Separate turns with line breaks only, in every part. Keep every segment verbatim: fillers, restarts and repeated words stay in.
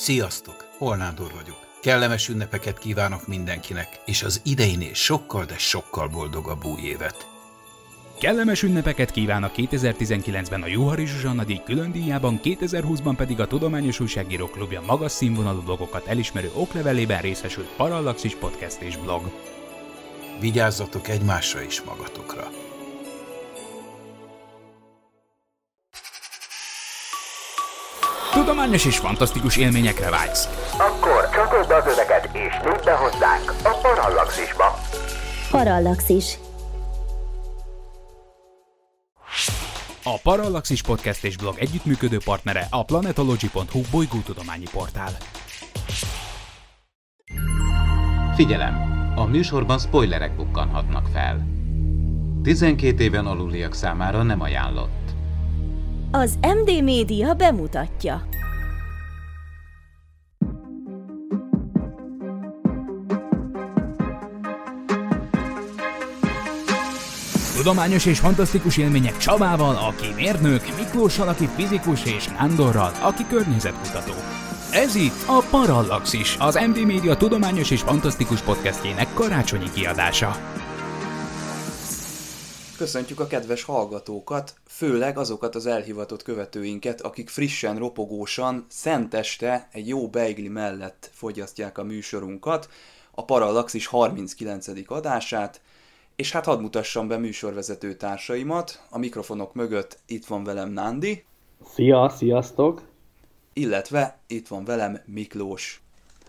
Sziasztok! Holnádor vagyok. Kellemes ünnepeket kívánok mindenkinek, és az ideinél sokkal, de sokkal boldogabb új évet.
Kellemes ünnepeket kívánok kétezer-tizenkilencben a Juhari Zsuzsanna díj külön díjában, kétezer-húszban pedig a Tudományos Újságírók Klubja magas színvonalú blogokat elismerő oklevelében részesült Parallaxis podcast és blog.
Vigyázzatok egymásra és magatokra!
Tudományos és fantasztikus élményekre vágysz?
Akkor csatold be az öveket és nyújt be hozzánk a Parallaxisba!
Parallaxis.
A Parallaxis podcast és blog együttműködő partnere a planetology pont hu bolygótudományi portál.
Figyelem! A műsorban spoilerek bukkanhatnak fel. tizenkét éven aluliak számára nem ajánlott.
Az em dé Média bemutatja.
Tudományos és fantasztikus élmények Csabával, aki mérnök, Miklóssal, aki fizikus, és Nándorral, aki környezetkutató. Ez itt a Parallaxis, az em dé Média tudományos és fantasztikus podcastjének karácsonyi kiadása.
Köszöntjük a kedves hallgatókat, főleg azokat az elhivatott követőinket, akik frissen, ropogósan, szenteste egy jó beigli mellett fogyasztják a műsorunkat, a Parallaxis harminckilencedik adását, és hát hadd mutassam be műsorvezető társaimat, a mikrofonok mögött itt van velem Nándi.
Szia, sziasztok!
Illetve itt van velem Miklós.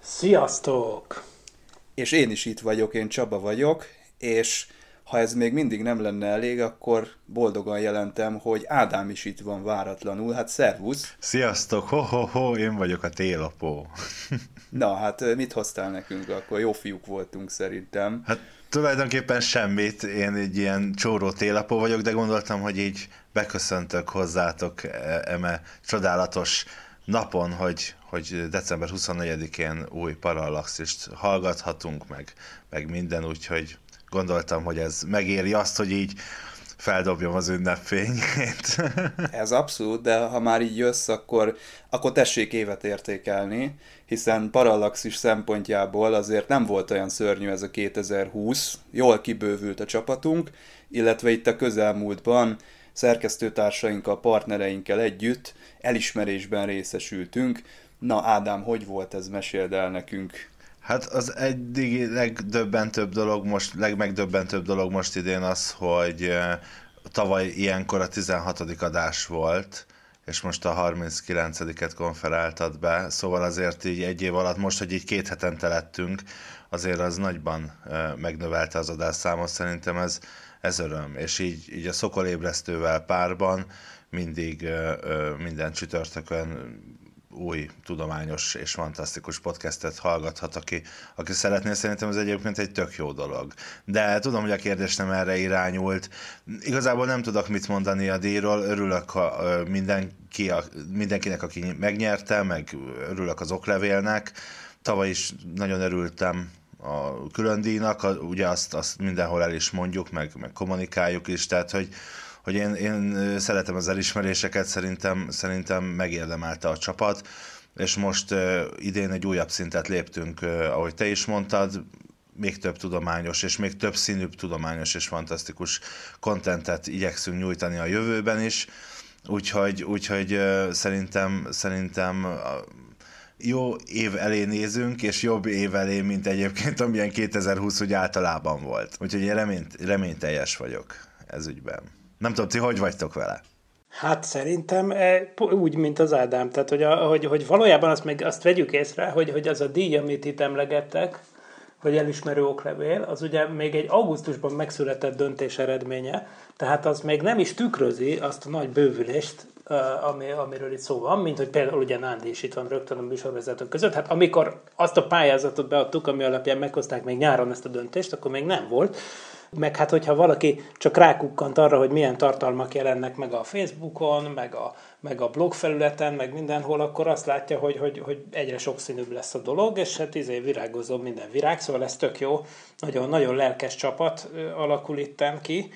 Sziasztok!
És én is itt vagyok, én Csaba vagyok, és ha ez még mindig nem lenne elég, akkor boldogan jelentem, hogy Ádám is itt van váratlanul. Hát szervusz!
Sziasztok! Ho-ho-ho, én vagyok a télapó.
Na, hát mit hoztál nekünk? Akkor jó fiúk voltunk szerintem.
Hát tulajdonképpen semmit, én egy ilyen csóró télapó vagyok, de gondoltam, hogy így beköszöntök hozzátok eme csodálatos napon, hogy, hogy december huszonnegyedikén új Parallaxist hallgathatunk, meg, meg minden, úgyhogy gondoltam, hogy ez megéri azt, hogy így feldobjam az ünnepfényét.
Ez abszolút, de ha már így jössz, akkor, akkor tessék évet értékelni, hiszen Parallaxis szempontjából azért nem volt olyan szörnyű ez a kétezer-húsz, jól kibővült a csapatunk, illetve itt a közelmúltban szerkesztőtársainkkal, partnereinkkel együtt elismerésben részesültünk. Na Ádám, hogy volt ez? Meséld el nekünk.
Hát az eddig legdöbbentőbb dolog most, legmegdöbbentőbb dolog most idén az, hogy tavaly ilyenkor a tizenhatodik adás volt, és most a harminckilencediket konferáltad be, szóval azért így egy év alatt, most, hogy így két hetente lettünk, azért az nagyban megnövelte az adásszámot, szerintem ez, ez öröm, és így, így a szokolébresztővel párban mindig minden csütörtökön új tudományos és fantasztikus podcastet hallgathat, aki, aki szeretné, szerintem ez egyébként egy tök jó dolog. De tudom, hogy a kérdés nem erre irányult. Igazából nem tudok mit mondani a díjról, örülök ha mindenki, mindenkinek, aki megnyerte, meg örülök az oklevélnek. Tavaly is nagyon örültem a külön díjnak, ugye azt, azt mindenhol el is mondjuk, meg, meg kommunikáljuk is, tehát hogy hogy én, én szeretem az elismeréseket, szerintem, szerintem megérdemelte a csapat, és most uh, idén egy újabb szintet léptünk, uh, ahogy te is mondtad, még több tudományos, és még több színűbb tudományos és fantasztikus kontentet igyekszünk nyújtani a jövőben is, úgyhogy, úgyhogy uh, szerintem, szerintem uh, jó év elé nézünk, és jobb év elé, mint egyébként amilyen kétezer-húsz úgy általában volt. Úgyhogy én reményt, reményteljes vagyok ez ügyben. Nem tudom, ti hogy vagytok vele?
Hát szerintem úgy, mint az Ádám. Tehát, hogy, a, hogy, hogy valójában azt, még, azt vegyük észre, hogy, hogy az a díj, amit itt emlegettek, vagy elismerő oklevél, az ugye még egy augusztusban megszületett döntés eredménye, tehát az még nem is tükrözi azt a nagy bővülést, ami, amiről itt szó van, mint hogy például ugye Nándi is itt van rögtön a műsorvezetők között. Hát amikor azt a pályázatot beadtuk, ami alapján meghozták még nyáron ezt a döntést, akkor még nem volt. Meg hát, hogyha valaki csak rákukkant arra, hogy milyen tartalmak jelennek meg a Facebookon, meg a, meg a blog felületen, meg mindenhol, akkor azt látja, hogy, hogy, hogy egyre sokszínűbb lesz a dolog, és hát izé virágozó minden virág, szóval ez tök jó. Nagyon, nagyon lelkes csapat alakul itten ki,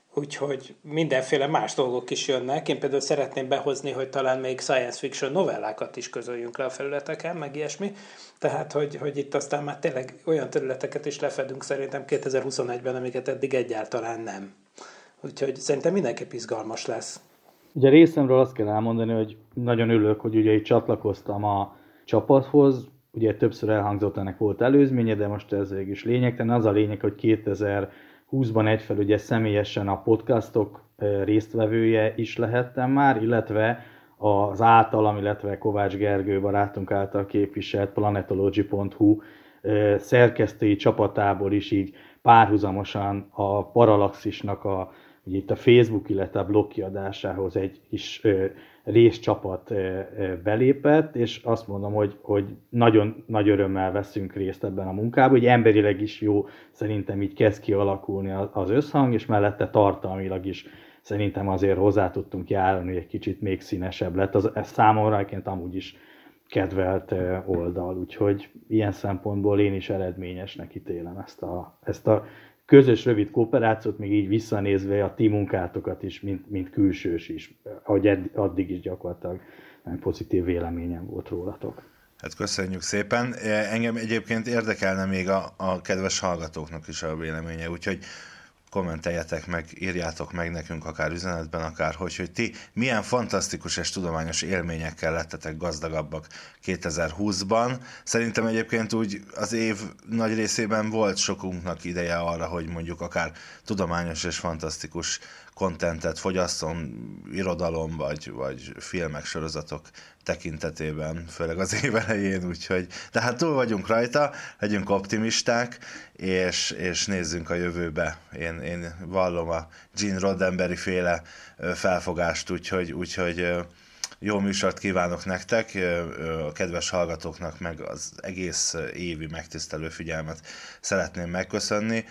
Úgyhogy mindenféle más dolgok is jönnek. Én például szeretném behozni, hogy talán még science fiction novellákat is közöljünk le a felületeken, meg ilyesmi. Tehát, hogy, hogy itt aztán már tényleg olyan területeket is lefedünk szerintem kétezer-huszonegyben, amiket eddig egyáltalán nem. Úgyhogy szerintem mindenképp izgalmas lesz.
Ugye részemről azt kell elmondani, hogy nagyon örülök, hogy ugye itt csatlakoztam a csapathoz. Ugye többször elhangzott, ennek volt előzménye, de most ez végig is lényegtelen. Az a lényeg, hogy kétezer-húszban egyfelől ugye személyesen a podcastok résztvevője is lehettem már, illetve az általam, illetve Kovács Gergő barátunk által képviselt planetology pont hu szerkesztői csapatából is így párhuzamosan a Parallaxisnak a, ugye itt a Facebook, illetve a blog kiadásához egy kis részcsapat belépett, és azt mondom, hogy, hogy nagyon nagy örömmel veszünk részt ebben a munkában, hogy emberileg is jó, szerintem így kezd kialakulni az összhang, és mellette tartalmilag is szerintem azért hozzá tudtunk járni, hogy egy kicsit még színesebb lett. Az, ez számomra egyébként amúgy is kedvelt oldal, úgyhogy ilyen szempontból én is eredményesnek ítélem ezt a, ezt a közös rövid kooperációt, még így visszanézve a ti munkátokat is, mint, mint külsős is, ahogy edd, addig is gyakorlatilag pozitív véleményem volt rólatok.
Hát köszönjük szépen. Engem egyébként érdekelne még a, a kedves hallgatóknak is a véleménye, úgyhogy kommenteljetek meg, írjátok meg nekünk akár üzenetben, akár hogy, hogy ti milyen fantasztikus és tudományos élményekkel lettetek gazdagabbak kétezer-húszban. Szerintem egyébként úgy az év nagy részében volt sokunknak ideje arra, hogy mondjuk akár tudományos és fantasztikus kontentet fogyasszon, irodalom vagy, vagy filmek, sorozatok tekintetében, főleg az év elején, úgyhogy de hát túl vagyunk rajta, legyünk optimisták, és, és nézzünk a jövőbe. Én, én vallom a Gene Roddenberry féle felfogást, úgyhogy, úgyhogy jó műsort kívánok nektek, a kedves hallgatóknak meg az egész évi megtisztelő figyelmet szeretném megköszönni,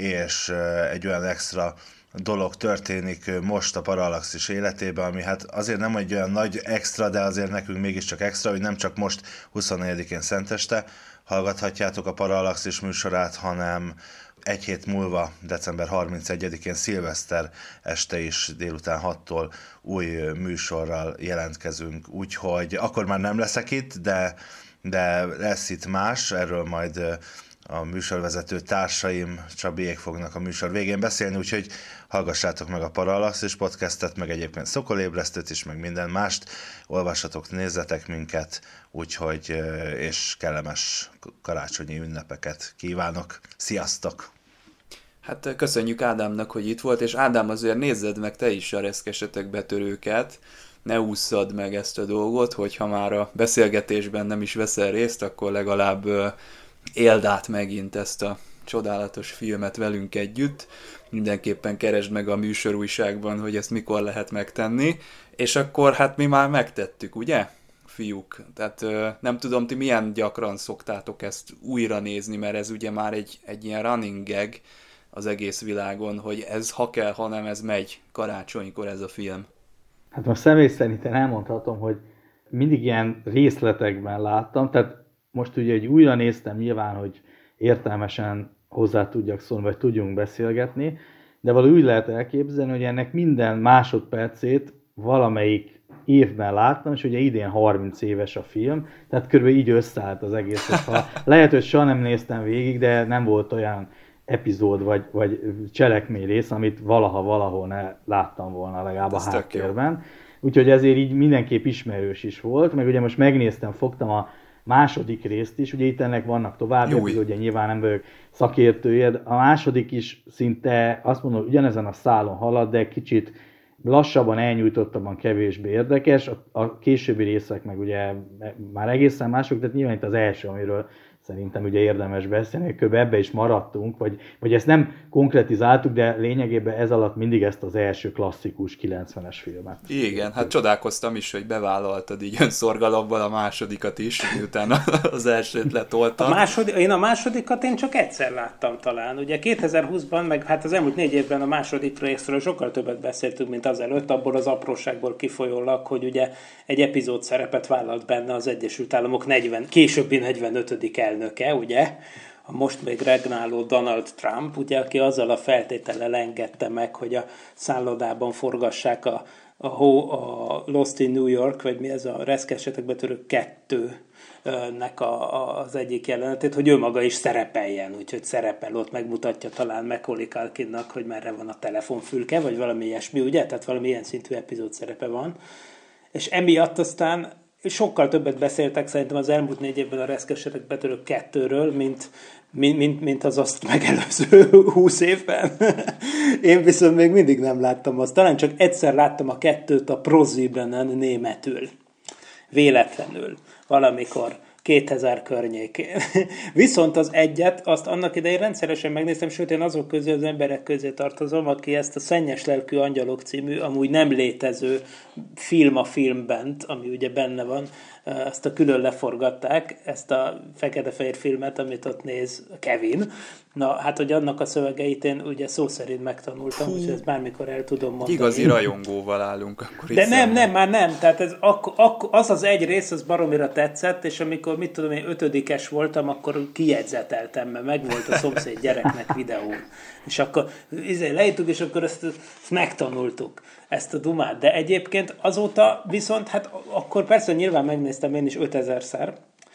és egy olyan extra dolog történik most a Parallaxis életében, ami hát azért nem egy olyan nagy extra, de azért nekünk mégiscsak extra, hogy nem csak most huszonnegyedikén szenteste hallgathatjátok a Parallaxis műsorát, hanem egy hét múlva, december harmincegyedikén szilveszter este is délután hattól új műsorral jelentkezünk, úgyhogy akkor már nem leszek itt, de, de lesz itt más, erről majd a műsorvezető társaim, Csabiék fognak a műsor végén beszélni, úgyhogy hallgassátok meg a Parallaxis podcastet, meg egyébként Szokolébresztőt is, meg minden mást, olvassatok, nézzetek minket, úgyhogy és kellemes karácsonyi ünnepeket kívánok. Sziasztok!
Hát köszönjük Ádámnak, hogy itt volt, és Ádám, azért nézzed meg te is a reszkesetek betörőket, ne ússzad meg ezt a dolgot, hogyha már a beszélgetésben nem is veszel részt, akkor legalább éld át megint ezt a csodálatos filmet velünk együtt. Mindenképpen keresd meg a műsorújságban, hogy ezt mikor lehet megtenni. És akkor hát mi már megtettük, ugye, fiúk? Tehát nem tudom, ti milyen gyakran szoktátok ezt újra nézni, mert ez ugye már egy, egy ilyen running gag az egész világon, hogy ez ha kell, ha nem, ez megy karácsonykor ez a film.
Hát most személy szerint én elmondhatom, hogy mindig ilyen részletekben láttam, tehát most ugye egy újra néztem nyilván, hogy értelmesen hozzá tudjak szólni, vagy tudjunk beszélgetni, de valahogy úgy lehet elképzelni, hogy ennek minden másodpercét valamelyik évben láttam, és ugye idén harminc éves a film, tehát körülbelül így összeállt az egész. Lehet, hogy soha nem néztem végig, de nem volt olyan epizód vagy, vagy cselekmény rész, amit valaha valahol ne láttam volna legalább a háttérben. Úgyhogy ezért így mindenképp ismerős is volt, meg ugye most megnéztem, fogtam a második részt is, ugye itt ennek vannak további, ugye nyilván nem vagyok szakértője, a második is szinte azt mondom, ugyanezen a szálon halad, de kicsit lassabban, elnyújtottabban, kevésbé érdekes, a, a későbbi részek meg ugye már egészen mások, tehát nyilván itt az első, amiről szerintem ugye érdemes beszélni, kb. Ebbe is maradtunk, vagy, vagy ezt nem konkretizáltuk, de lényegében ez alatt mindig ezt az első klasszikus kilencvenes filmet.
Igen, hát csodálkoztam is, hogy bevállaltad így önszorgalomban a másodikat is, miután az elsőt letoltam.
A második, én a másodikat én csak egyszer láttam talán. Ugye kétezer-húszban, meg hát az elmúlt négy évben a második részről sokkal többet beszéltünk, mint azelőtt, abból az apróságból kifolyólag, hogy ugye egy epizód szerepet vállalt benne az Egyesült Államok negyven, későbbi negyvenötödik elnöke, ugye, a most még regnáló Donald Trump, ugye, aki azzal a feltétellel engedte meg, hogy a szállodában forgassák a, a, a Lost in New York, vagy mi ez a Reszkesetek betörők kettő nek a, a, az egyik jelenetét, hogy ő maga is szerepeljen, úgyhogy szerepel ott, megmutatja talán Macaulay Culkinnak, hogy merre van a telefonfülke, vagy valami ilyesmi, ugye? Tehát valami ilyen szintű epizód szerepe van. És emiatt aztán sokkal többet beszéltek szerintem az elmúlt négy évben a Reszkesetek betörők kettőről, mint, mint, mint, mint az azt megelőző húsz évben. Én viszont még mindig nem láttam azt. Talán csak egyszer láttam a kettőt a ProSiebenen németül. Véletlenül. Valamikor kétezer környékén. Viszont az egyet, azt annak idején rendszeresen megnéztem, sőt én azok közé az emberek közé tartozom, aki ezt a Szennyes lelkű angyalok című, amúgy nem létező film a filmben, ami ugye benne van, ezt a külön leforgatták, ezt a fekete-fehér filmet, amit ott néz Kevin. Na, hát, hogy annak a szövegeit én ugye szó szerint megtanultam, úgyhogy ezt bármikor el tudom mondani.
Igazi rajongóval állunk akkor.
De nem, nem, már nem. Tehát ez ak- ak- az az egy rész, az baromira tetszett, és amikor, mit tudom én, ötödikes voltam, akkor kijegyzeteltem, mert megvolt a szomszéd gyereknek videó. És akkor izé, leírtuk, és akkor ezt, ezt megtanultuk, ezt a dumát. De egyébként azóta viszont, hát akkor persze nyilván megnéztem én is ötezerszer,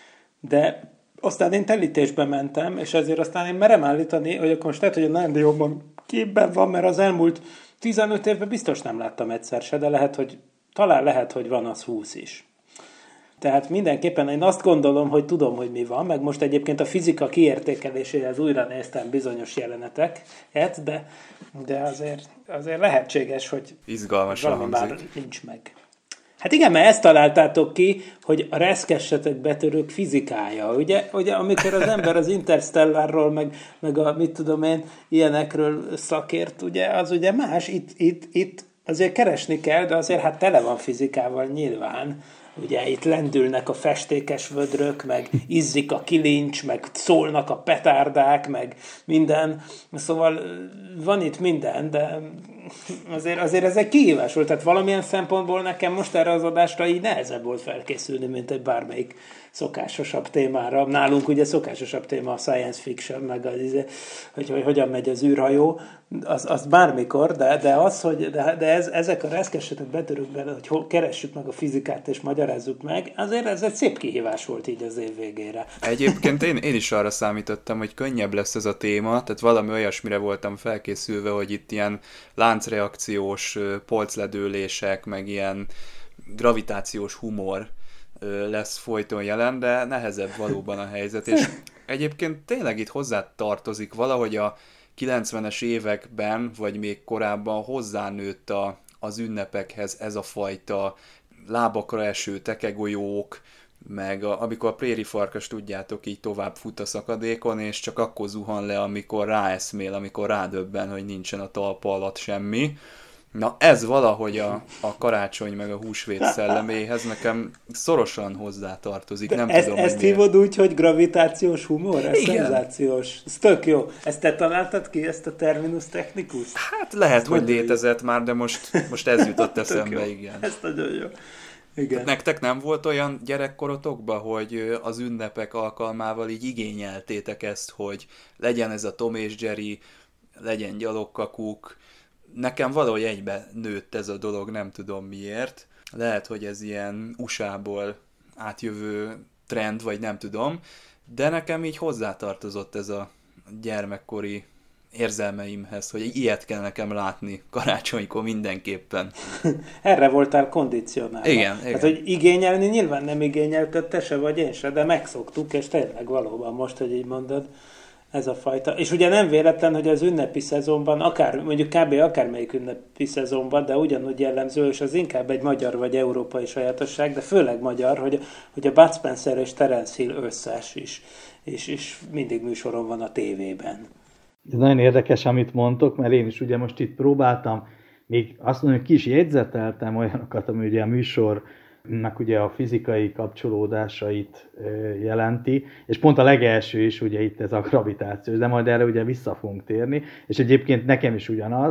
de aztán én telítésbe mentem, és ezért aztán én merem állítani, hogy akkor most lehet, hogy a nagyon jobban képben van, mert az elmúlt tizenöt évben biztos nem láttam egyszer se, de lehet, hogy talán lehet, hogy van az húsz is. Tehát mindenképpen én azt gondolom, hogy tudom, hogy mi van, meg most egyébként a fizika kiértékeléséhez újra néztem bizonyos jeleneteket, de, de azért, azért lehetséges, hogy
izgalmasan
valami már
hangzik.
nincs meg. Hát igen, mert ezt találtátok ki, hogy a Reszkesetek betörők fizikája, ugye, ugye amikor az ember az Interstellárról, meg, meg a mit tudom én, ilyenekről szakért, ugye, az ugye más, itt, itt, itt azért keresni kell, de azért hát tele van fizikával nyilván. Ugye itt lendülnek a festékes vödrök, meg izzik a kilincs, meg szólnak a petárdák, meg minden. Szóval van itt minden, de azért, azért ez egy kihívás volt. Tehát valamilyen szempontból nekem most erre az adásra így nehezebb volt felkészülni, mint egy bármelyik szokásosabb témára. Nálunk ugye szokásosabb téma a science fiction, meg az, hogy, hogy hogyan megy az űrhajó, az, az bármikor, de, de az, hogy de, de ez, ezek a Reszkesetek betörőkben, hogy hol keressük meg a fizikát és magyarázzuk meg, azért ez egy szép kihívás volt így az év végére.
Egyébként én, én is arra számítottam, hogy könnyebb lesz ez a téma, tehát valami olyasmire voltam felkészülve, hogy itt ilyen láncreakciós polcledőlések, meg ilyen gravitációs humor lesz folyton jelen, de nehezebb valóban a helyzet, és egyébként tényleg itt hozzá tartozik valahogy a kilencvenes években, vagy még korábban hozzánőtt a, az ünnepekhez ez a fajta lábakra eső tekegolyók, meg a, amikor a préri farkas, tudjátok, így tovább fut a szakadékon, és csak akkor zuhan le, amikor ráeszmél, amikor rádöbben, hogy nincsen a talpa alatt semmi. Na ez valahogy a, a karácsony meg a húsvét szelleméhez nekem szorosan hozzátartozik. Nem
ezt,
tudom,
ezt hívod úgy, hogy gravitációs humor? Ez
igen.
Szenzációs. Ez tök jó. Ezt te találtad ki, ezt a terminus technicus?
Hát lehet, ezt hogy létezett jó. Már, de most, most ez jutott eszembe,
jó.
Igen.
Ez nagyon jó. Igen.
Nektek nem volt olyan gyerekkorotokban, hogy az ünnepek alkalmával így igényeltétek ezt, hogy legyen ez a Tom és Jerry, legyen gyalogkakuk. Nekem valahogy egybe nőtt ez a dolog, nem tudom miért. Lehet, hogy ez ilyen u es á-ból átjövő trend, vagy nem tudom, de nekem így hozzátartozott ez a gyermekkori érzelmeimhez, hogy ilyet kell nekem látni karácsonykor mindenképpen.
Erre voltál kondicionálva.
Igen, igen.
Hát, hogy igényelni nyilván nem igényelted te se, vagy én se, de megszoktuk, és tényleg valóban most, hogy így mondod, ez a fajta. És ugye nem véletlen, hogy az ünnepi szezonban, akár, mondjuk kb. Akármelyik ünnepi szezonban, de ugyanúgy jellemző, és az inkább egy magyar vagy európai sajátosság, de főleg magyar, hogy, hogy a Bud Spencer és Terence Hill összes is, és, és mindig műsoron van a tévében.
Ez nagyon érdekes, amit mondtok, mert én is ugye most itt próbáltam, még azt mondom, hogy ki is jegyzeteltem olyanokat, ami ugye a műsornak ugye a fizikai kapcsolódásait jelenti, és pont a legelső is ugye itt ez a gravitációs, de majd erre ugye vissza fogunk térni, és egyébként nekem is ugyanaz,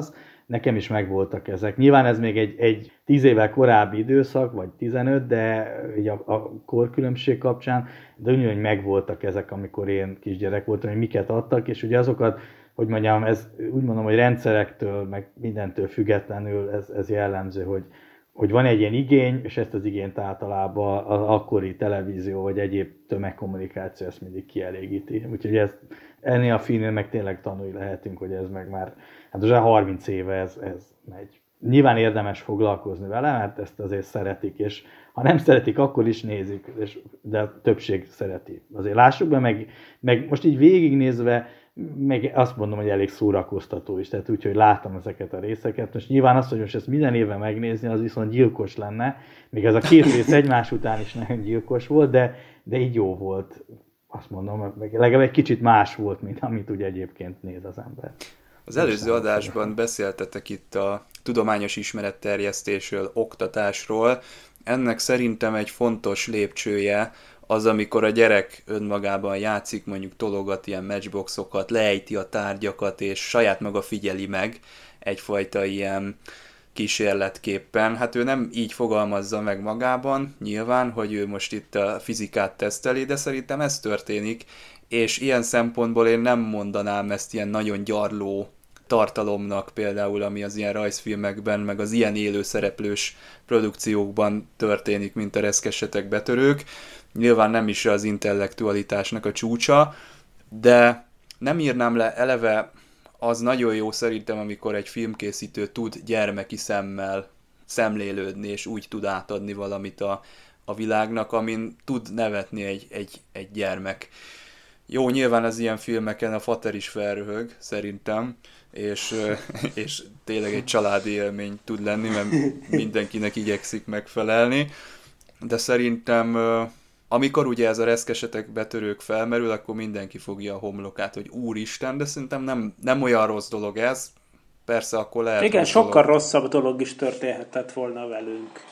nekem is megvoltak ezek. Nyilván ez még egy, egy tíz évvel korábbi időszak, vagy tizenöt, de így a, a korkülönbség kapcsán, de ugyanúgy megvoltak ezek, amikor én kisgyerek voltam, hogy miket adtak, és ugye azokat, hogy mondjam, ez úgy mondom, hogy rendszerektől, meg mindentől függetlenül ez, ez jellemző, hogy, hogy van egy ilyen igény, és ezt az igényt általában az akkori televízió, vagy egyéb tömegkommunikáció ezt mindig kielégíti. Úgyhogy ezt, ennél a filmnél meg tényleg tanulni lehetünk, hogy ez meg már, hát ugye harminc éve ez, ez megy. Nyilván érdemes foglalkozni vele, mert ezt azért szeretik, és ha nem szeretik, akkor is nézik, és, de a többség szereti. Azért lássuk be, meg, meg most így végignézve, meg azt mondom, hogy elég szórakoztató is, tehát úgyhogy láttam ezeket a részeket. Most nyilván azt, hogy most ezt minden évben megnézni, az viszont gyilkos lenne, még ez a két rész egymás után is nagyon gyilkos volt, de, de így jó volt, azt mondom, meg legalább egy kicsit más volt, mint amit ugye egyébként néz az ember.
Az előző adásban beszéltetek itt a tudományos ismeretterjesztésről, oktatásról. Ennek szerintem egy fontos lépcsője az, amikor a gyerek önmagában játszik, mondjuk tologat ilyen matchboxokat, leejti a tárgyakat, és saját maga figyeli meg egyfajta ilyen kísérletképpen. Hát ő nem így fogalmazza meg magában, nyilván, hogy ő most itt a fizikát teszteli, de szerintem ez történik, és ilyen szempontból én nem mondanám ezt ilyen nagyon gyarló tartalomnak például, ami az ilyen rajzfilmekben, meg az ilyen élő szereplős produkciókban történik, mint a Reszkesetek betörők. Nyilván nem is az intellektualitásnak a csúcsa, de nem írnám le eleve, az nagyon jó szerintem, amikor egy filmkészítő tud gyermeki szemmel szemlélődni, és úgy tud átadni valamit a, a világnak, amin tud nevetni egy, egy, egy gyermek. Jó, nyilván az ilyen filmeken a fater is felröhög, szerintem, és, és tényleg egy családi élmény tud lenni, mert mindenkinek igyekszik megfelelni, de szerintem amikor ugye ez a Reszkesetek betörők felmerül, akkor mindenki fogja a homlokát, hogy úristen, de szerintem nem, nem olyan rossz dolog ez, persze akkor lehet...
Igen, sokkal dolog. rosszabb dolog is történhetett volna velünk.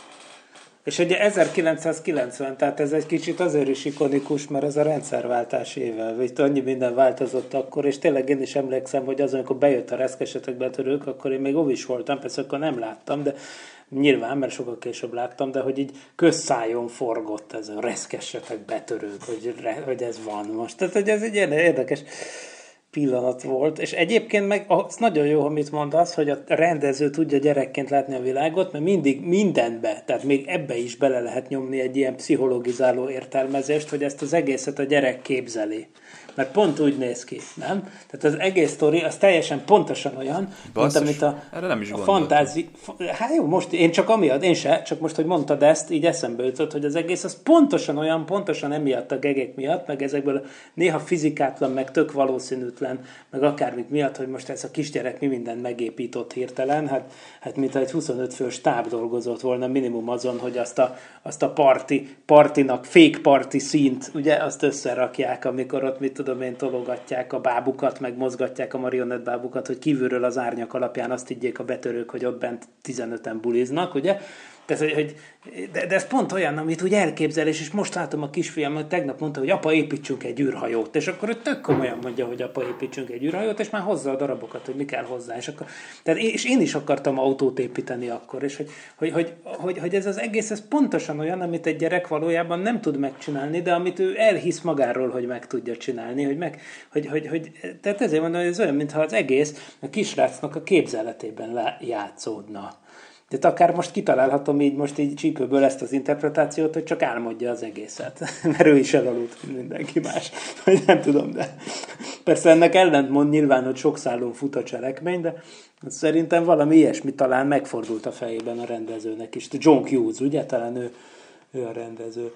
És ugye ezerkilencszázkilencven, tehát ez egy kicsit azért is ikonikus, mert ez a rendszerváltás éve, vagy annyi minden változott akkor, és tényleg én is emlékszem, hogy azon, amikor bejött a Reszkesetek betörők, akkor én még óvis voltam, persze akkor nem láttam, de nyilván, mert sokkal később láttam, de hogy így közszájon forgott ez a Reszkesetek betörők, hogy, hogy ez van most. Tehát hogy ez egy ilyen érdekes pillanat volt, és egyébként meg az nagyon jó, amit mondasz, hogy a rendező tudja gyerekként látni a világot, mert mindig mindenbe, tehát még ebbe is bele lehet nyomni egy ilyen pszichologizáló értelmezést, hogy ezt az egészet a gyerek képzeli. Mert pont úgy néz ki, nem? Tehát az egész sztori, az teljesen pontosan olyan,
Basszus,
mint amit a,
erre nem is
a fantázi... Hát jó, most én csak amiatt, én se, csak most, hogy mondtad ezt, így eszembe jutott, hogy az egész az pontosan olyan, pontosan emiatt a gegek miatt, meg ezekből néha fizikátlan, meg tök valószínűtlen, meg akármik miatt, hogy most ez a kisgyerek mi mindent megépított hirtelen, hát, hát mint egy huszonöt fős stáb dolgozott volna minimum azon, hogy azt a, azt a parti, partinak, fake party színt, ugye, azt összerakják, amikor ott mit tudom én, tologatják a bábukat, meg mozgatják a marionettbábukat, hogy kívülről az árnyak alapján azt higgyék a betörők, hogy ott bent tizenöten buliznak, ugye? Tehát, hogy, de, de ez pont olyan, amit úgy elképzelés, és most látom a kisfiam, hogy tegnap mondta, hogy apa, építsünk egy űrhajót, és akkor ő tök komolyan mondja, hogy apa, építsünk egy űrhajót, és már hozza a darabokat, hogy mi kell hozzá, és, akkor, tehát, és én is akartam autót építeni akkor, és hogy, hogy, hogy, hogy, hogy ez az egész, ez pontosan olyan, amit egy gyerek valójában nem tud megcsinálni, de amit ő elhisz magáról, hogy meg tudja csinálni, hogy meg, hogy, hogy, hogy tehát ezért mondom, hogy ez olyan, mintha az egész a kisrácnak a képzeletében játszódna. Tehát akár most kitalálhatom így most így csípőből ezt az interpretációt, hogy csak álmodja az egészet. Mert ő is elaludt, mindenki más. Vagy nem tudom, de persze ennek ellentmond nyilván, hogy sok szálon fut a cselekmény, de szerintem valami ilyesmi talán megfordult a fejében a rendezőnek is. John Hughes, ugye? Talán ő, ő a rendező.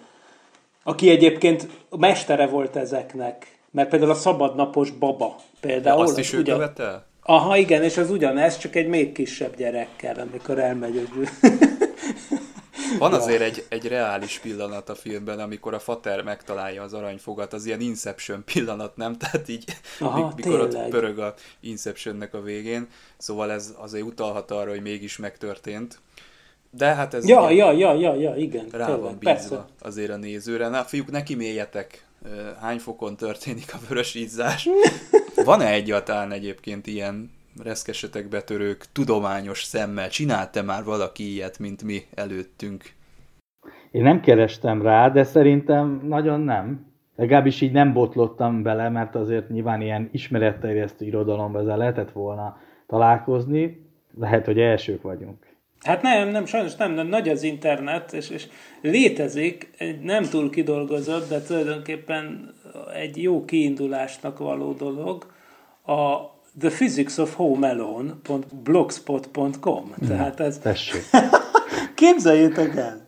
Aki egyébként mestere volt ezeknek. Mert például a Szabadnapos baba például.
De azt is ő
ugyan...
követel?
Aha, igen, és az ugyanez, csak egy még kisebb gyerekkel, amikor elmegy egy...
Van azért egy, egy reális pillanat a filmben, amikor a fater megtalálja az aranyfogat, az ilyen Inception pillanat, nem? Tehát így,
Aha,
mikor
tényleg.
ott pörög a Inceptionnek a végén, szóval ez azért utalhat arra, hogy mégis megtörtént. De hát ez
ja, ja, ja, ja, ja, igen,
rá
tényleg,
van bízva
persze.
azért a nézőre. Na, fiúk, ne kiméljetek, hány fokon történik a vörös izzás? Van-e egyáltalán egyébként ilyen reszkesetek betörők tudományos szemmel? Csinált-e már valaki ilyet, mint mi előttünk?
Én nem kerestem rá, de szerintem nagyon nem. Legalábbis így nem botlottam bele, mert azért nyilván ilyen ismeretterjesztő irodalomban ezzel lehetett volna találkozni. Lehet, hogy elsők vagyunk.
Hát nem, nem, sajnos nem, nem nagy az internet, és, és létezik egy nem túl kidolgozott, de tulajdonképpen egy jó kiindulásnak való dolog, a the physics of home alone dot blogspot dot com. Tehát ez...
Tessék.
Képzeljétek el!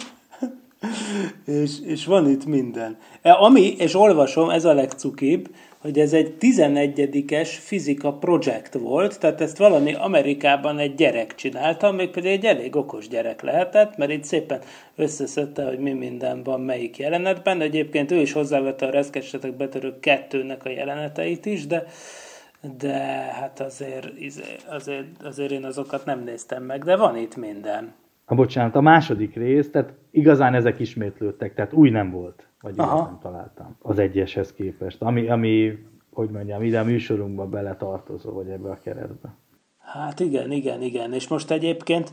és, és van itt minden. Ami, és olvasom, ez a legcukibb, hogy ez egy tizenegyedikes fizika projekt volt, tehát ezt valami Amerikában egy gyerek csinálta, mégpedig egy elég okos gyerek lehetett, mert itt szépen összeszedte, hogy mi minden van melyik jelenetben, de egyébként ő is hozzávette a Reszkesetek betörők kettőnek a jeleneteit is, de, de hát azért, azért, azért én azokat nem néztem meg, de van itt minden.
Ha bocsánat, a második rész, tehát igazán ezek ismétlődtek, tehát új nem volt, vagy én nem találtam az egyeshez képest, ami, ami, hogy mondjam, ide a műsorunkba beletartozó, vagy ebbe a keretbe.
Hát igen, igen, igen, és most egyébként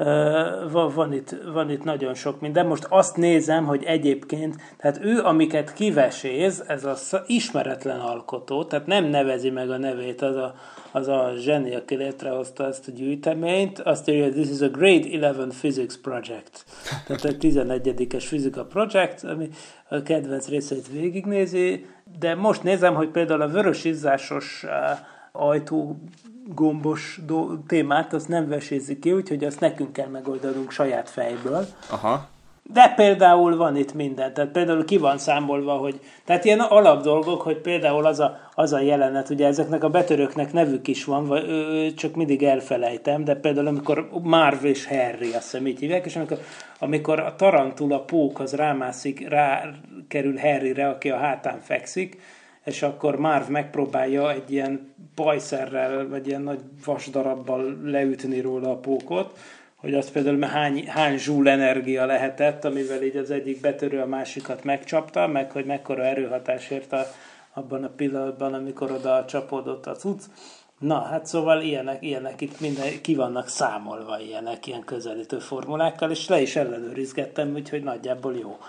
uh, van, van, itt, van itt nagyon sok minden. Most azt nézem, hogy egyébként, tehát ő, amiket kiveséz, ez az ismeretlen alkotó, tehát nem nevezi meg a nevét az a, az a zseni, aki létrehozta ezt a gyűjteményt, azt írja, hogy this is a grade eleven physics project. Tehát egy tizenegyedikes fizika project, ami a kedvenc részeit végignézi, de most nézem, hogy például a vörös izzásos uh, ajtó gombos do- témát, azt nem vesézi ki, úgyhogy azt nekünk kell megoldanunk saját fejből.
Aha.
De például van itt minden, tehát például ki van számolva, hogy, tehát ilyen alapdolgok, hogy például az a, az a jelenet, ugye ezeknek a betörőknek nevük is van, vagy, ö, csak mindig elfelejtem, de például amikor Marv és Harry, azt hiszem így hívják, és amikor, amikor a tarantula pók az rámászik, rá kerül Harryre, aki a hátán fekszik, és akkor Marv megpróbálja egy ilyen pajszerrel, vagy ilyen nagy vasdarabbal leütni róla a pókot, hogy az például hány, hány zsúl energia lehetett, amivel így az egyik betörő a másikat megcsapta, meg hogy mekkora erőhatás ért a, abban a pillanatban, amikor oda csapódott a cucc. Na, hát szóval ilyenek, ilyenek itt minden, ki vannak számolva ilyenek, ilyen közelítő formulákkal, és le is ellenőrizgettem, úgyhogy nagyjából jó.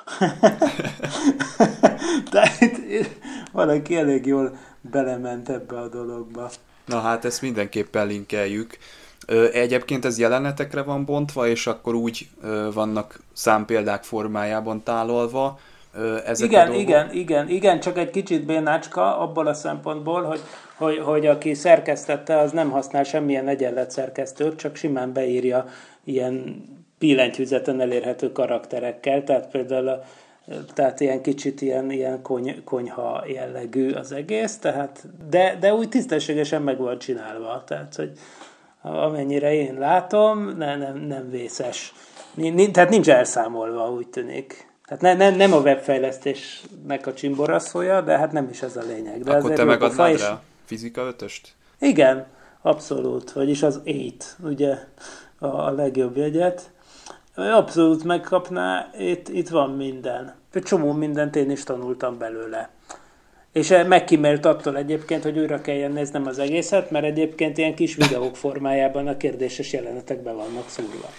Tehát itt valaki elég jól belement ebbe a dologba.
Na hát ezt mindenképpen linkeljük. Egyébként ez jelenetekre van bontva, és akkor úgy vannak számpéldák formájában tálolva. Ezek
igen,
a dolgok...
igen, igen, igen, csak egy kicsit bénácska abból a szempontból, hogy, hogy, hogy aki szerkesztette, az nem használ semmilyen egyenletszerkesztőt, csak simán beírja ilyen billentyűzeten elérhető karakterekkel, tehát például a, tehát ilyen kicsit ilyen, ilyen kony, konyha jellegű az egész, tehát, de, de úgy tisztességesen meg van csinálva, tehát hogy amennyire én látom, ne, nem, nem vészes. Tehát nincs elszámolva, úgy tűnik. Tehát ne, ne, nem a webfejlesztésnek a csimboraszója, de hát nem is ez a lényeg. De
akkor te megadnád rá a fizika ötöst?
Igen, abszolút. Vagyis az eight, ugye a, a legjobb jegyet. Abszolút megkapná, itt, itt van minden. Egy csomó mindent én is tanultam belőle. És megkímélt attól egyébként, hogy újra kelljen néznem az egészet, mert egyébként ilyen kis videók formájában a kérdéses jelenetek be vannak szúrva.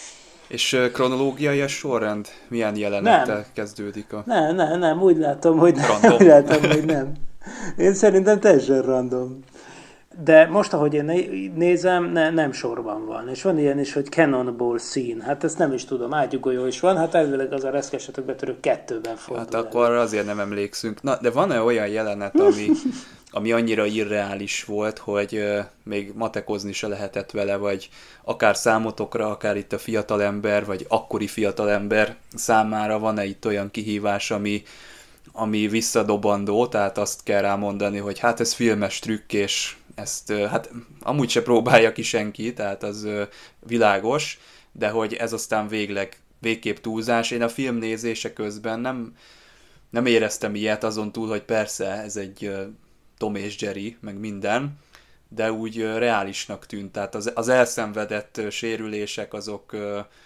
És kronológiai a sorrend? Milyen jelenettel nem. kezdődik a...
Nem, nem, nem, úgy látom, hogy nem. Úgy látom, hogy nem. Én szerintem teljesen random. De most, ahogy én nézem, ne, nem sorban van. És van ilyen is, hogy Cannonball Scene. Hát ezt nem is tudom, ágyugolyó is van. Hát elvileg az a Reszkesetek betörők kettőben fordul.
Hát akkor el. Azért nem emlékszünk. Na, de van-e olyan jelenet, ami, ami annyira irreális volt, hogy uh, még matekozni se lehetett vele, vagy akár számotokra, akár itt a fiatalember, vagy akkori fiatalember számára van-e itt olyan kihívás, ami, ami visszadobandó, tehát azt kell rámondani, hogy hát ez filmes trükk, és ezt hát amúgy se próbálja ki senki, tehát az világos, de hogy ez aztán végleg, végképp túlzás. Én a film nézése közben nem, nem éreztem ilyet, azon túl, hogy persze ez egy Tom és Jerry, meg minden, de úgy reálisnak tűnt. Tehát az, az elszenvedett sérülések azok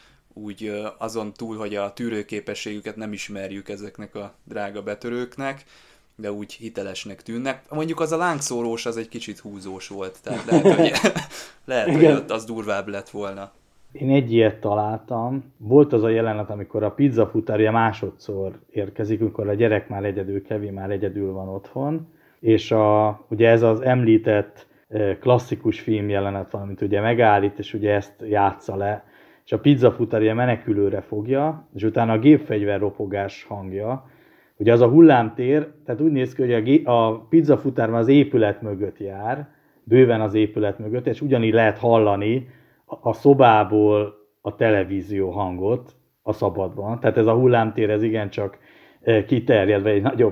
úgy azon túl, hogy a tűrőképességüket nem ismerjük ezeknek a drága betörőknek, de úgy hitelesnek tűnnek. Mondjuk az a lángszórós az egy kicsit húzós volt, tehát lehet, hogy, lehet, hogy ott az durvább lett volna.
Én egy ilyet találtam. Volt az a jelenet, amikor a pizzafutárja másodszor érkezik, amikor a gyerek már egyedül, Kevin már egyedül van otthon, és a, ugye ez az említett klasszikus film jelenet van, amit ugye megállít, és ugye ezt játsza le, és a pizzafutárja menekülőre fogja, és utána a gépfegyver ropogás hangja. Ugye az a hullámtér, tehát úgy néz ki, hogy a, a pizzafutár az épület mögött jár, bőven az épület mögött, és ugyanígy lehet hallani a szobából a televízió hangot a szabadban. Tehát ez a hullámtér, ez igencsak kiterjedve egy nagyobb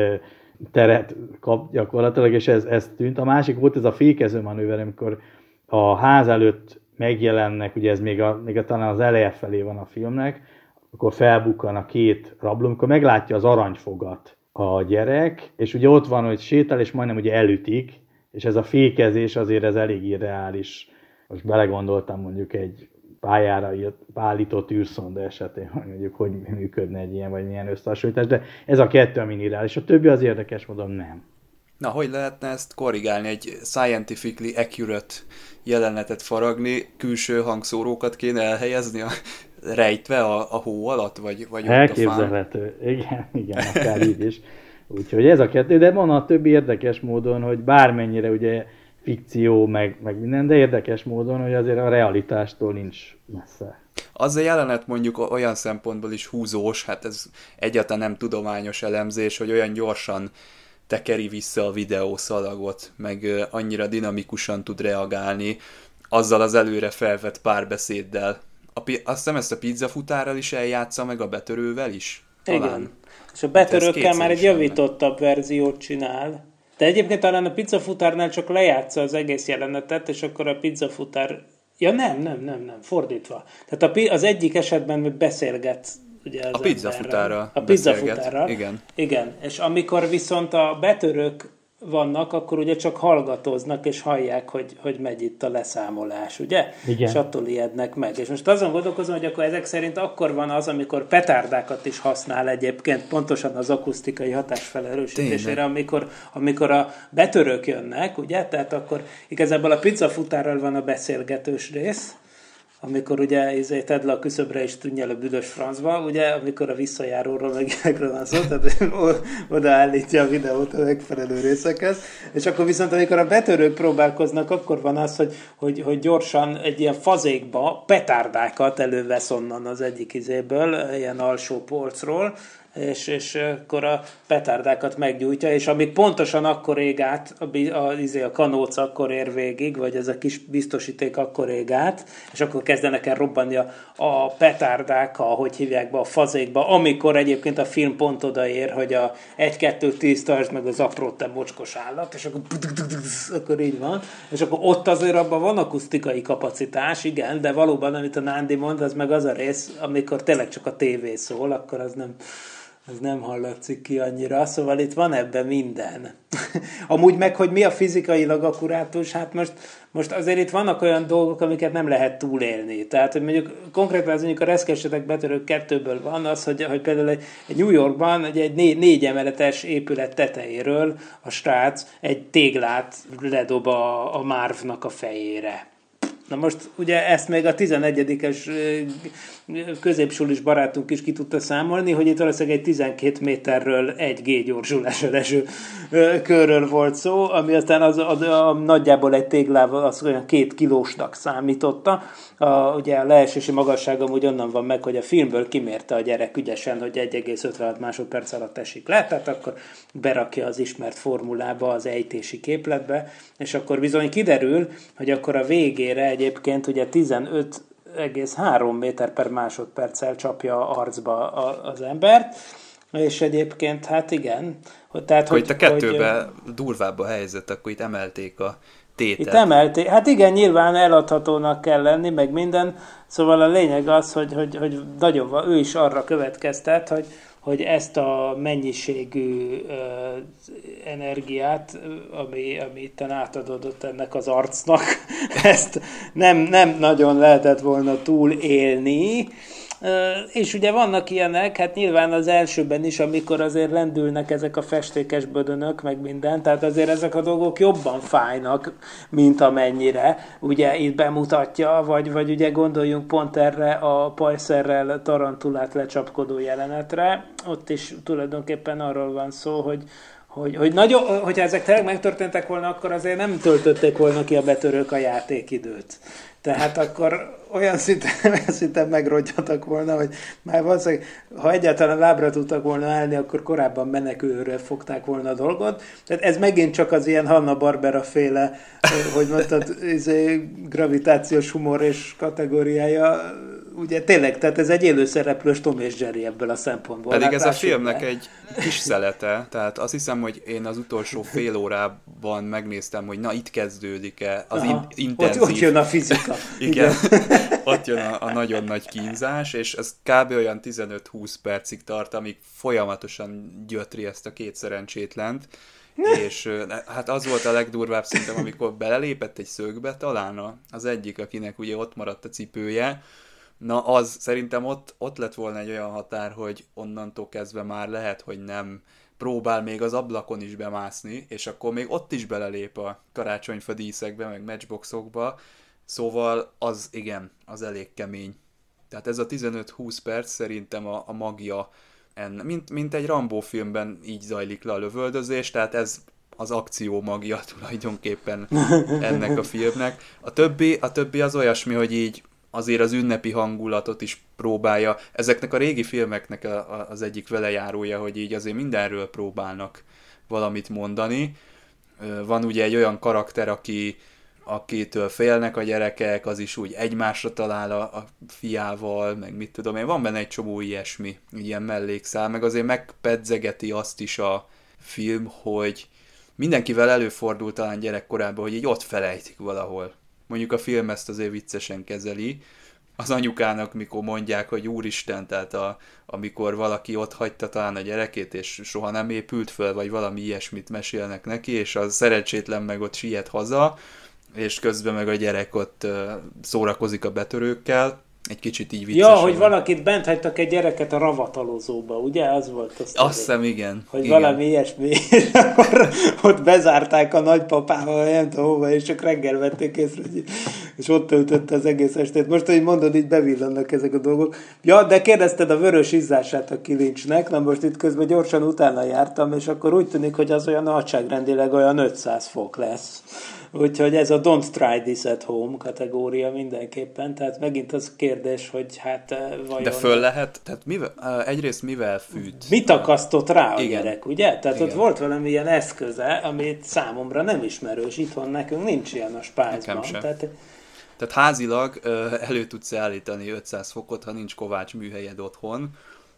teret kap gyakorlatilag, és ez, ez tűnt. A másik volt ez a fékező manőver, amikor a ház előtt megjelennek, ugye ez még, a, még a, talán az eleje felé van a filmnek, akkor felbukkan a két rabló, amikor meglátja az aranyfogat a gyerek, és ugye ott van, hogy sétál, és majdnem ugye elütik, és ez a fékezés azért ez elég irreális. Most belegondoltam mondjuk egy pályára állított űrszonda esetén, hogy mondjuk hogy működne egy ilyen, vagy milyen összehasonlítás, de ez a kettő, ami irreális. A többi az érdekes módon nem.
Na, hogy lehetne ezt korrigálni? Egy scientifically accurate jelenetet faragni, külső hangszórókat kéne elhelyezni a rejtve a, a hó alatt, vagy, vagy ott a fán?
Elképzelhető. Igen, igen, akár így is. Úgyhogy ez a kettő, de van a többi érdekes módon, hogy bármennyire ugye fikció, meg, meg minden, de érdekes módon, hogy azért a realitástól nincs messze.
Az a jelenet mondjuk olyan szempontból is húzós, hát ez egyáltalán nem tudományos elemzés, hogy olyan gyorsan tekeri vissza a videószalagot, meg annyira dinamikusan tud reagálni, azzal az előre felvett párbeszéddel. A, azt hiszem ezt a pizzafutárral is eljátsza, meg a betörővel is? Talán.
Igen. És a betörőkkel már egy javítottabb verziót csinál. De egyébként talán a pizzafutárnál csak lejátsza az egész jelenetet, és akkor a pizzafutár... Ja nem, nem, nem, nem, fordítva. Tehát a pi... az egyik esetben beszélget ugye az
a pizzafutárral.
A pizzafutárral.
Igen.
Igen, és amikor viszont a betörők vannak, akkor ugye csak hallgatóznak, és hallják, hogy, hogy megy itt a leszámolás, ugye? Igen. És attól ijednek meg. És most azon gondolkozom, hogy akkor ezek szerint akkor van az, amikor petárdákat is használ egyébként, pontosan az akusztikai hatás felerősítésére, amikor, amikor a betörők jönnek, ugye? Tehát akkor igazából a pizzafutárral van a beszélgetős rész, amikor ugye izé, tedd le a küszöbre és tűnj el a büdös francba, ugye, amikor a visszajáróról meg ilyenekről van szó, tehát odaállítja a videót a megfelelő részekhez, és akkor viszont amikor a betörők próbálkoznak, akkor van az, hogy, hogy, hogy gyorsan egy ilyen fazékba petárdákat elővesz onnan az egyik izéből, ilyen alsó polcról, és, és akkor a petárdákat meggyújtja, és amíg pontosan akkor ég át, a, a, a kanóc akkor ér végig, vagy ez a kis biztosíték akkor ég át, és akkor kezdenek el robbanni a, a petárdák, ahogy hívják be, a fazékba, amikor egyébként a film pont odaér, hogy a egy kettő tíz tartsd meg az apró te mocskos állat, és akkor, akkor így van, és akkor ott azért abban van akusztikai kapacitás, igen, de valóban, amit a Nándi mond, az meg az a rész, amikor tényleg csak a tévé szól, akkor az nem... ez nem hallatszik ki annyira, szóval itt van ebben minden. Amúgy meg, hogy mi a fizikailag akkurátus, hát most, most azért itt vannak olyan dolgok, amiket nem lehet túlélni. Tehát, hogy mondjuk konkrétan az mondjuk a Reszkesetek betörők kettőből van az, hogy, hogy például egy, egy New Yorkban egy, egy négy, négy emeletes épület tetejéről a srác egy téglát ledob a, a Marvnak a fejére. Na most ugye ezt még a tizenegyedikes középsulis barátunk is ki tudta számolni, hogy itt valószínűleg egy tizenkét méterről egy G gyorsulásra eső körről volt szó, ami aztán az, az, a, nagyjából egy téglával az olyan két kilósnak számította. A, ugye a leesési magassága úgy onnan van meg, hogy a filmből kimérte a gyerek ügyesen, hogy egy egész ötvenhat másodperc alatt esik le, tehát akkor berakja az ismert formulába, az ejtési képletbe, és akkor bizony kiderül, hogy akkor a végére egyébként ugye tizenöt egész három méter per másodperccel csapja arcba az embert, és egyébként hát igen. Tehát,
hogy,
hogy
itt a kettőben hogy, durvább a helyzet, akkor itt emelték a tétet.
Itt emelték, hát igen, nyilván eladhatónak kell lenni, meg minden, szóval a lényeg az, hogy, hogy, hogy nagyon, ő is arra következtet, hogy hogy ezt a mennyiségű uh, energiát, ami, ami itten átadódott ennek az arcnak, ezt nem, nem nagyon lehetett volna túl élni, És ugye vannak ilyenek, hát nyilván az elsőben is, amikor azért lendülnek ezek a festékes bödönök, meg minden, tehát azért ezek a dolgok jobban fájnak, mint amennyire ugye itt bemutatja, vagy, vagy ugye gondoljunk pont erre a pajszerrel tarantulát lecsapkodó jelenetre, ott is tulajdonképpen arról van szó, hogy Hogy, hogy nagyon, hogyha ezek tényleg megtörténtek volna, akkor azért nem töltötték volna ki a betörők a játékidőt. Tehát akkor olyan szinten, olyan szinten megrogyhatak volna, hogy már valószínűleg, ha egyáltalán lábra tudtak volna állni, akkor korábban menekülőre fogták volna a dolgot. Tehát ez megint csak az ilyen Hanna-Barbera féle, hogy mondtad, gravitációs humor és kategóriája, ugye tényleg, tehát ez egy élőszereplős Tom és Jerry ebből a szempontból.
Pedig
hát
ez a filmnek egy kis szelete, tehát azt hiszem, hogy én az utolsó fél órában megnéztem, hogy na itt kezdődik-e az in- intenzív...
Ott, ott jön a fizika.
Igen, ott jön a, a nagyon nagy kínzás, és ez kb. Olyan tizenöt-húsz percig tart, amíg folyamatosan gyötri ezt a két szerencsétlent, és hát az volt a legdurvább szerintem, amikor belelépett egy szögbe, talán az egyik, akinek ugye ott maradt a cipője. Na az szerintem ott, ott lett volna egy olyan határ, hogy onnantól kezdve már lehet, hogy nem próbál még az ablakon is bemászni, és akkor még ott is belelép a karácsonyfa díszekbe, meg matchboxokba, szóval az igen, az elég kemény. Tehát ez a tizenöt-húsz perc szerintem a, a magja, enne, mint, mint egy Rambo filmben így zajlik le a lövöldözés, tehát ez az akció magja tulajdonképpen ennek a filmnek. A többi, a többi az olyasmi, hogy így azért az ünnepi hangulatot is próbálja. Ezeknek a régi filmeknek a, a, az egyik velejárója, hogy így azért mindenről próbálnak valamit mondani. Van ugye egy olyan karakter, aki, akitől félnek a gyerekek, az is úgy egymásra talál a, a fiával, meg mit tudom én. Van benne egy csomó ilyesmi, ilyen mellékszál, meg azért megpedzegeti azt is a film, hogy mindenkivel előfordul talán gyerekkorában, hogy így ott felejtik valahol. Mondjuk a film ezt azért viccesen kezeli. Az anyukának, mikor mondják, hogy úristen, tehát a, amikor valaki ott hagyta talán a gyerekét, és soha nem épült föl, vagy valami ilyesmit mesélnek neki, és az szerencsétlen meg ott siet haza, és közben meg a gyerek ott szórakozik a betörőkkel. Egy kicsit így viccesen.
Ja, hogy valakit bent hagytak egy gyereket a ravatalozóba, ugye? Az volt az.
Azt hiszem, igen.
Hogy
igen.
valami ilyesmi, és akkor ott bezárták a nagypapával, nem tudom hova, és csak reggel vették észre, és ott töltötte az egész estét. Most, hogy mondod, így bevillannak ezek a dolgok. Ja, de kérdezted a vörös izzását a kilincsnek, na most itt közben gyorsan utána jártam, és akkor úgy tűnik, hogy az olyan nagyságrendileg olyan ötszáz fok lesz. Úgyhogy ez a Don't Try This at Home kategória mindenképpen, tehát megint az kérdés, hogy hát vajon...
De föl lehet, tehát mivel, egyrészt mivel fűt?
Mit akasztott rá a
igen.
gyerek, ugye? Tehát
igen.
ott volt valami ilyen eszköze, amit számomra nem ismerős, itthon nekünk nincs ilyen a spájzban. Tehát...
tehát házilag elő tudsz állítani ötszáz fokot, ha nincs kovács műhelyed otthon.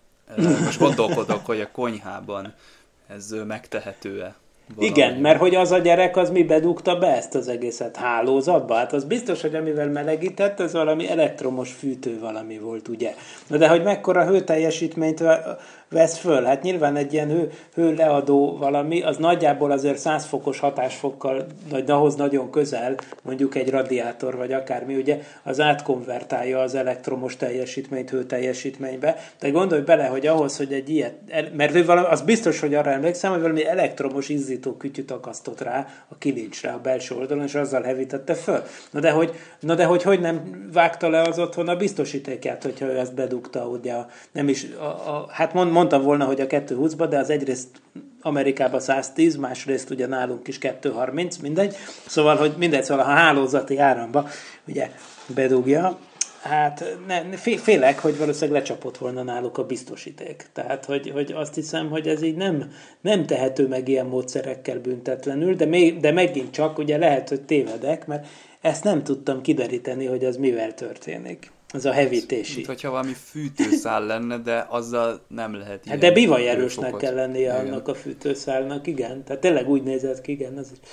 Most gondolkodok, hogy a konyhában ez megtehető-e. Valami.
Igen, mert hogy az a gyerek az mi bedugta be ezt az egészet hálózatba? Hát az biztos, hogy amivel melegített, ez valami elektromos fűtő valami volt, ugye? Na de hogy mekkora hőteljesítményt vesz föl? Hát nyilván egy ilyen hő, hőleadó valami, az nagyjából azért száz fokos hatásfokkal, de ahhoz nagyon közel, mondjuk egy radiátor vagy akármi, ugye, az átkonvertálja az elektromos teljesítményt hőteljesítménybe. De gondolj bele, hogy ahhoz, hogy egy ilyet, mert ő valami, az biztos, hogy arra emlékszem, hogy valami elektromos izzító kütyüt akasztott rá a kilincsre a belső oldalon, és azzal hevítette föl. Na de hogy, na de hogy, hogy nem vágta le az otthon a biztosítékját, hogyha ő ezt bedugta, ugye, nem is, a, a, hát mond, mondtam volna, hogy a kétszázhúszba, de az egyrészt Amerikában száz tíz, másrészt ugye nálunk is kétszázharminc, mindegy. Szóval, hogy mindegy, szóval ha hálózati áramba ugye bedugja, hát ne, félek, hogy valószínűleg lecsapott volna náluk a biztosíték. Tehát, hogy, hogy azt hiszem, hogy ez így nem, nem tehető meg ilyen módszerekkel büntetlenül, de, még, de megint csak, ugye lehet, hogy tévedek, mert ezt nem tudtam kideríteni, hogy az mivel történik. Ez a hevítési.
Mint hogyha valami fűtőszál lenne, de azzal nem lehet ilyen.
Hát de bivajerősnek kell lennie annak a fűtőszálnak, igen. Tehát tényleg úgy nézett ki, igen. Az is.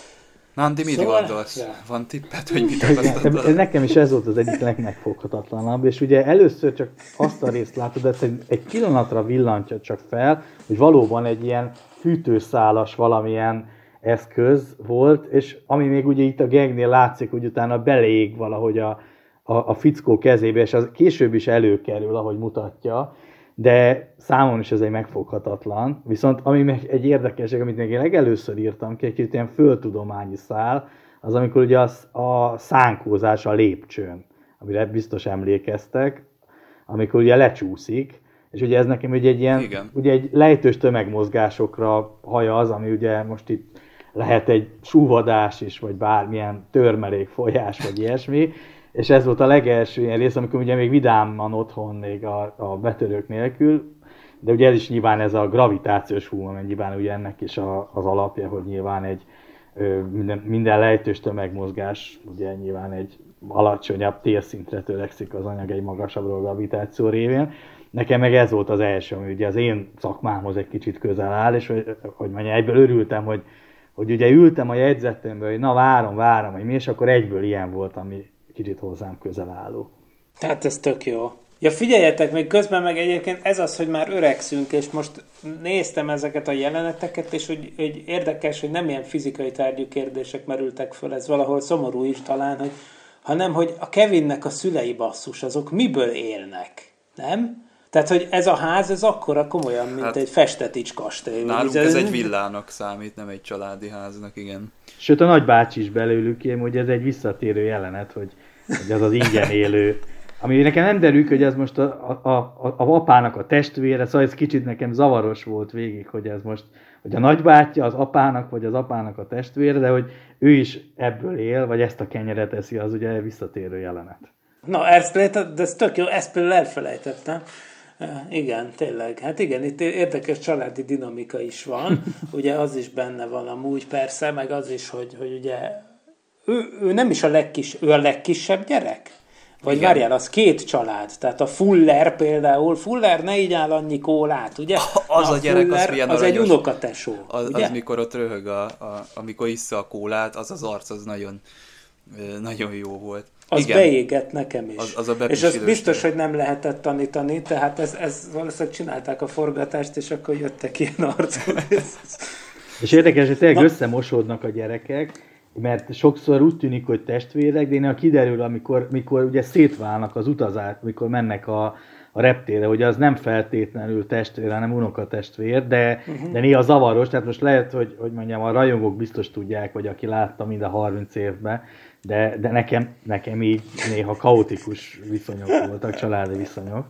Nandi, mit
szóval,
gondolsz?
Ja.
Van tippet, hogy mit akasztottad?
Nekem is ez volt az egyik legmegfoghatatlanabb, és ugye először csak azt a részt látod, de egy pillanatra villantja csak fel, hogy valóban egy ilyen fűtőszálas valamilyen eszköz volt, és ami még ugye itt a gagnél látszik, hogy utána beleég valahogy a, a, a fickó kezébe, és az később is előkerül, ahogy mutatja, de számomra is ez egy megfoghatatlan. Viszont ami meg egy érdekesség, amit még én legelőször írtam ki, egy ilyen földtudományi szál, az amikor ugye az, a szánkózás a lépcsőn, amire biztos emlékeztek, amikor ugye lecsúszik, és ugye ez nekem ugye egy ilyen, Igen. ugye egy lejtős tömegmozgásokra hajaz, ami ugye most itt lehet egy súvadás is, vagy bármilyen törmelék, folyás, vagy ilyesmi, és ez volt a legelső ilyen rész, amikor ugye még vidáman otthon, még a, a betörők nélkül, de ugye ez is nyilván ez a gravitációs húma, mert nyilván ugye ennek is a, az alapja, hogy nyilván egy ö, minden, minden lejtős tömegmozgás, ugye nyilván egy alacsonyabb térszintre törekszik az anyag egy magasabb gravitáció révén. Nekem meg ez volt az első, ami ugye az én szakmámhoz egy kicsit közel áll, és hogy, hogy mondja, egyből örültem, hogy, hogy ugye ültem a jegyzetemből, hogy na várom, várom, hogy mi, és akkor egyből ilyen volt, ami kicsit hozzám közel álló.
Hát ez tök jó. Ja, figyeljetek, még közben meg egyébként ez az, hogy már öregszünk, és most néztem ezeket a jeleneteket, és hogy, hogy érdekes, hogy nem ilyen fizikai tárgyú kérdések merültek föl, ez valahol szomorú is talán, hogy, hanem hogy a Kevinnek a szülei basszus, azok miből élnek, nem? Tehát, hogy ez a ház, ez akkora komolyan, mint hát, egy Festetics kastély.
Nálunk ez egy villának számít, nem egy családi háznak, igen.
Sőt, a nagybácsi is belőlük, én, hogy ez egy visszatérő jelenet, hogy, hogy az az ingyen élő. Ami nekem nem derül, hogy ez most a, a, a, a apának a testvére, szóval ez kicsit nekem zavaros volt végig, hogy ez most, hogy a nagybátyja az apának, vagy az apának a testvére, de hogy ő is ebből él, vagy ezt a kenyeret eszi, az ugye visszatérő jelenet.
Na, ezt lehet, de ez tök jó, ezt például elfelejtettem. Igen, tényleg. Hát igen, itt érdekes családi dinamika is van. Ugye az is benne van amúgy persze, meg az is, hogy, hogy ugye ő, ő nem is a legkis, ő a legkisebb gyerek? Vagy igen. Várjál, az két család. Tehát a Fuller például, Fuller ne így áll annyi kólát, ugye?
Az
Na,
a gyerek,
Fuller,
az milyen
az
aranyos.
egy unokatesó,
az,
ugye?
az mikor ott röhög, a, a, amikor issza a kólát, az az arc, az nagyon, nagyon jó volt.
Az
igen.
Beégett nekem is.
Az, az a
és az biztos, hogy nem lehetett tanítani, tehát ez, ez valószínűleg csinálták a forgatást, és akkor jöttek ilyen arcok.
És érdekes, hogy tényleg összemosódnak a gyerekek, mert sokszor úgy tűnik, hogy testvérek, de én kiderül, amikor, amikor ugye szétválnak az utazás, amikor mennek a, a reptére, hogy az nem feltétlenül testvér, hanem unokatestvér, de, uh-huh. de néha zavaros, tehát most lehet, hogy, hogy mondjam, a rajongók biztos tudják, vagy aki látta mind a harminc évben, de, de nekem, nekem így néha kaotikus viszonyok voltak, családi viszonyok.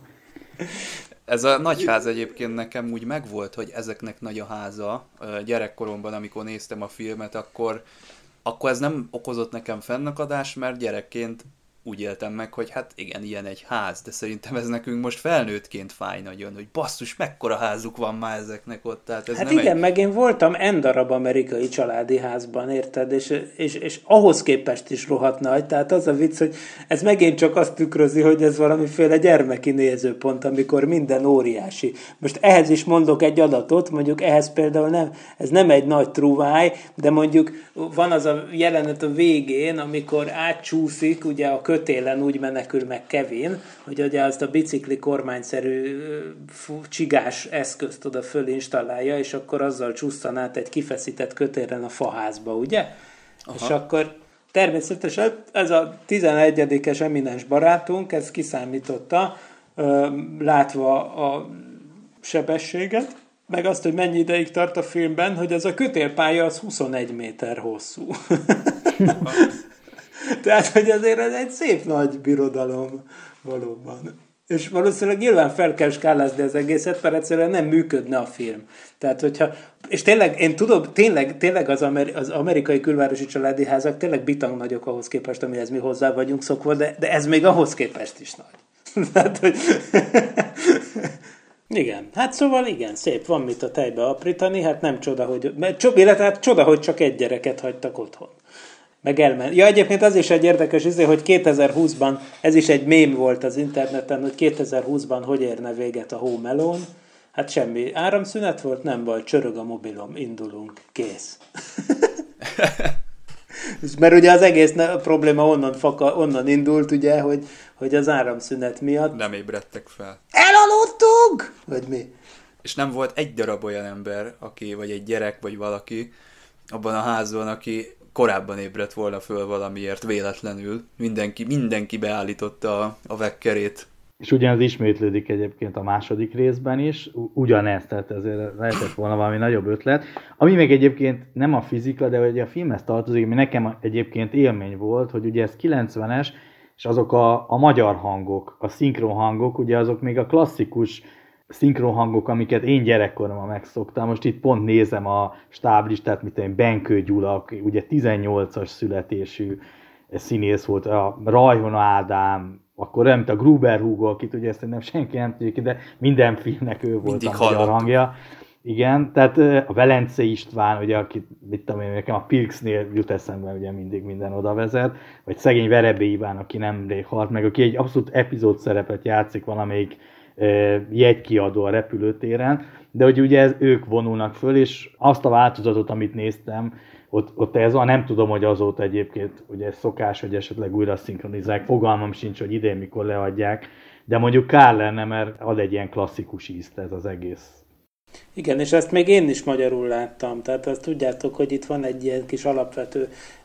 Ez a nagyház egyébként nekem úgy megvolt, hogy ezeknek nagy a háza. Gyerekkoromban, amikor néztem a filmet, akkor, akkor ez nem okozott nekem fennakadást, mert gyerekként úgy éltem meg, hogy hát igen, ilyen egy ház, de szerintem ez nekünk most felnőttként fáj nagyon, hogy basszus, mekkora házuk van már ezeknek ott. Tehát ez
hát
nem
igen,
egy...
meg én voltam en darab amerikai családi házban, érted? És, és, és ahhoz képest is rohadt nagy, tehát az a vicc, hogy ez megint csak azt tükrözi, hogy ez valamiféle gyermeki nézőpont, amikor minden óriási. Most ehhez is mondok egy adatot, mondjuk ehhez például nem, ez nem egy nagy trúváj, de mondjuk van az a jelenet a végén, amikor átcsúszik, ugye a kötélen úgy menekül meg Kevin, hogy ugye azt a bicikli kormányszerű csigás eszközt oda fölinstallálja, és akkor azzal csúsztan át egy kifeszített kötélen a faházba, ugye? Aha. És akkor természetesen ez a tizenegyedikes eminens barátunk, ez kiszámította, látva a sebességet, meg azt, hogy mennyi ideig tart a filmben, hogy ez a kötélpálya az huszonegy méter hosszú. Tehát, hogy azért ez egy szép nagy birodalom valóban. És valószínűleg nyilván fel kell skálázni az egészet, mert egyszerűen nem működne a film. Tehát, hogyha... És tényleg, én tudom, tényleg, tényleg az, ameri- az amerikai külvárosi családi házak tényleg bitang nagyok ahhoz képest, amihez mi hozzá vagyunk szokva, de, de ez még ahhoz képest is nagy. Tehát, hogy... Igen, hát szóval igen, szép, van mit a tejbe aprítani, hát nem csoda, hogy... Illetve hát csoda, hogy csak egy gyereket hagytak otthon. Meg elment. Ja, egyébként az is egy érdekes izé, hogy kétezer-húszban, ez is egy mém volt az interneten, hogy kétezer-húszban hogy érne véget a Home Alone. Hát semmi. Áramszünet volt? Nem baj, csörög a mobilom, indulunk, kész. Mert ugye az egész ne, a probléma onnan, faka, onnan indult, ugye, hogy, hogy az áramszünet miatt...
Nem ébredtek fel.
Elaludtunk! Vagy mi?
És nem volt egy darab olyan ember, aki, vagy egy gyerek, vagy valaki, abban a házban, aki korábban ébredt volna föl valamiért véletlenül. Mindenki, mindenki beállította a, a vekkerét.
És ugyanaz ismétlődik egyébként a második részben is, ugyanez, tehát ezért lehetett volna valami nagyobb ötlet. Ami meg egyébként nem a fizika, de ugye a filmhez tartozik, ami nekem egyébként élmény volt, hogy ugye ez kilencvenes, és azok a, a magyar hangok, a szinkron hangok, ugye azok még a klasszikus szinkron hangok, amiket én gyerekkoromban megszoktam. Most itt pont nézem a stáblistát, mint én Benkő Gyula, ugye tizennyolcas születésű színész volt, a Rajhon Ádám, akkor nem, mint a Gruber Hugo, akit ugye ezt nem senki nem tudja, de minden filmnek ő volt mindig a magyar hangja. Igen, tehát a Velence István, ugye, akit, mit tudom én, nekem a Pilxnél jut eszembe, ugye mindig minden oda vezet, vagy szegény Verebé Iván, aki nemrég halt meg, aki egy abszolút epizód szerepet játszik valamelyik e, jegykiadó a repülőtéren, de hogy ugye ez, ők vonulnak föl, és azt a változatot, amit néztem, Ott, ott ez van, nem tudom, hogy azóta egyébként ugye szokás, hogy esetleg újra szinkronizálják, fogalmam sincs, hogy idén mikor leadják, de mondjuk kár lenne, mert ad egy ilyen klasszikus ízt ez az egész.
Igen, és ezt még én is magyarul láttam, tehát azt tudjátok, hogy itt van egy ilyen kis alapvető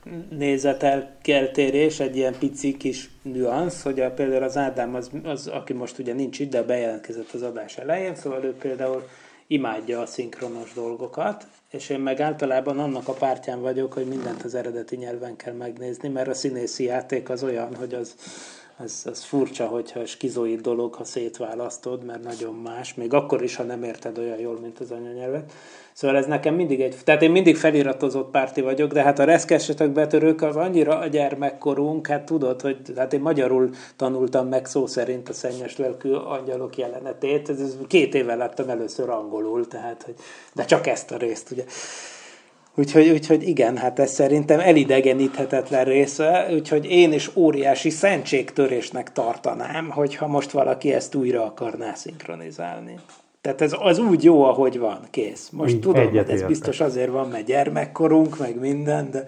nézeteltérés, egy ilyen pici kis nüansz, hogy a, például az Ádám, az, az, aki most ugye nincs itt, de bejelentkezett az adás elején, szóval ő például imádja a szinkronos dolgokat, és én meg általában annak a pártján vagyok, hogy mindent az eredeti nyelven kell megnézni, mert a színészi játék az olyan, hogy az, az, az furcsa, hogyha skizoid dolog, ha szétválasztod, mert nagyon más, még akkor is, ha nem érted olyan jól, mint az anyanyelvet. Szóval ez nekem mindig egy... Tehát én mindig feliratozott párti vagyok, de hát a reszkessetek betörők az annyira a gyermekkorunk, hát tudod, hogy hát én magyarul tanultam meg szó szerint a szennyes lelkű angyalok jelenetét, ez két éve láttam először angolul, tehát, hogy, de csak ezt a részt, ugye. Úgyhogy, úgyhogy igen, hát ez szerintem elidegeníthetetlen része, úgyhogy én is óriási szentségtörésnek tartanám, hogyha most valaki ezt újra akarná szinkronizálni. Tehát ez az úgy jó, ahogy van, kész. Most tudom, hogy ez biztos azért van, mert gyermekkorunk, meg minden, de,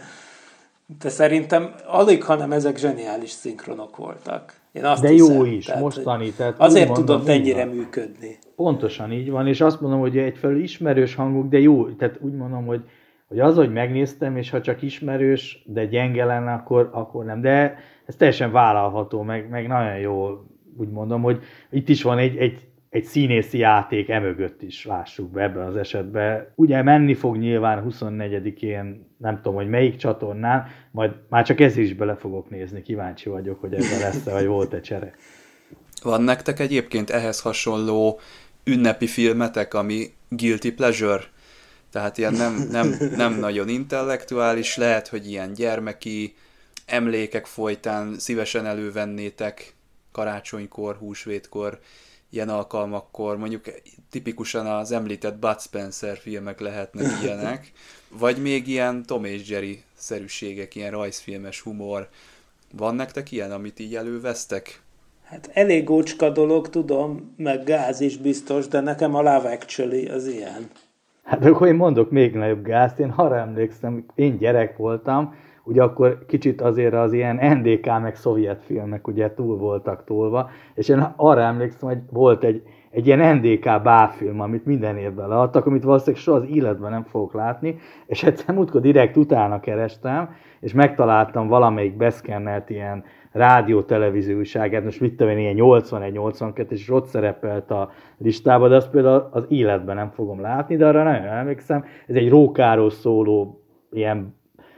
de szerintem alig, hanem ezek zseniális szinkronok voltak. Én azt
de
hiszem,
jó is,
tehát,
mostani. Tehát
azért
mondom,
tudott ennyire működni.
Pontosan így van, és azt mondom, hogy egyfelől ismerős hangok, de jó, tehát úgy mondom, hogy, hogy az, hogy megnéztem, és ha csak ismerős, de gyenge lenne, akkor, akkor nem. De ez teljesen vállalható, meg, meg nagyon jó, úgy mondom, hogy itt is van egy, egy egy színészi játék emögött is, lássuk be ebben az esetben. Ugye menni fog nyilván huszonnegyedikén, nem tudom, hogy melyik csatornán, majd már csak ezzel is bele fogok nézni, kíváncsi vagyok, hogy ezzel lesz-e, vagy volt-e csere.
Van nektek egyébként ehhez hasonló ünnepi filmetek, ami guilty pleasure? Tehát ilyen nem, nem, nem nagyon intellektuális, lehet, hogy ilyen gyermeki emlékek folytán szívesen elővennétek karácsonykor, húsvétkor, ilyen alkalmakkor, mondjuk tipikusan az említett Bud Spencer filmek lehetnek ilyenek, vagy még ilyen Tom és Jerry-szerűségek, ilyen rajzfilmes humor. Van nektek ilyen, amit így elővesztek?
Hát elég gócska dolog, tudom, meg gáz is biztos, de nekem a Love Actually az ilyen.
Hát akkor én mondok még nagyobb gázt, én arra emlékszem, én gyerek voltam, ugye akkor kicsit azért az ilyen en dé ká meg szovjet filmek ugye túl voltak tolva, és én arra emlékszem, hogy volt egy, egy ilyen en dé ká báfilm, amit minden évben leadtak, amit valószínűleg soha az életben nem fogok látni, és egyszer múltkor direkt utána kerestem, és megtaláltam valamelyik beszkennelt ilyen rádió, televízió újságát, most mit tudom én, ilyen nyolcvanegy nyolcvankettő, és ott szerepelt a listában, de azt például az életben nem fogom látni, de arra nagyon emlékszem, ez egy rókáról szóló ilyen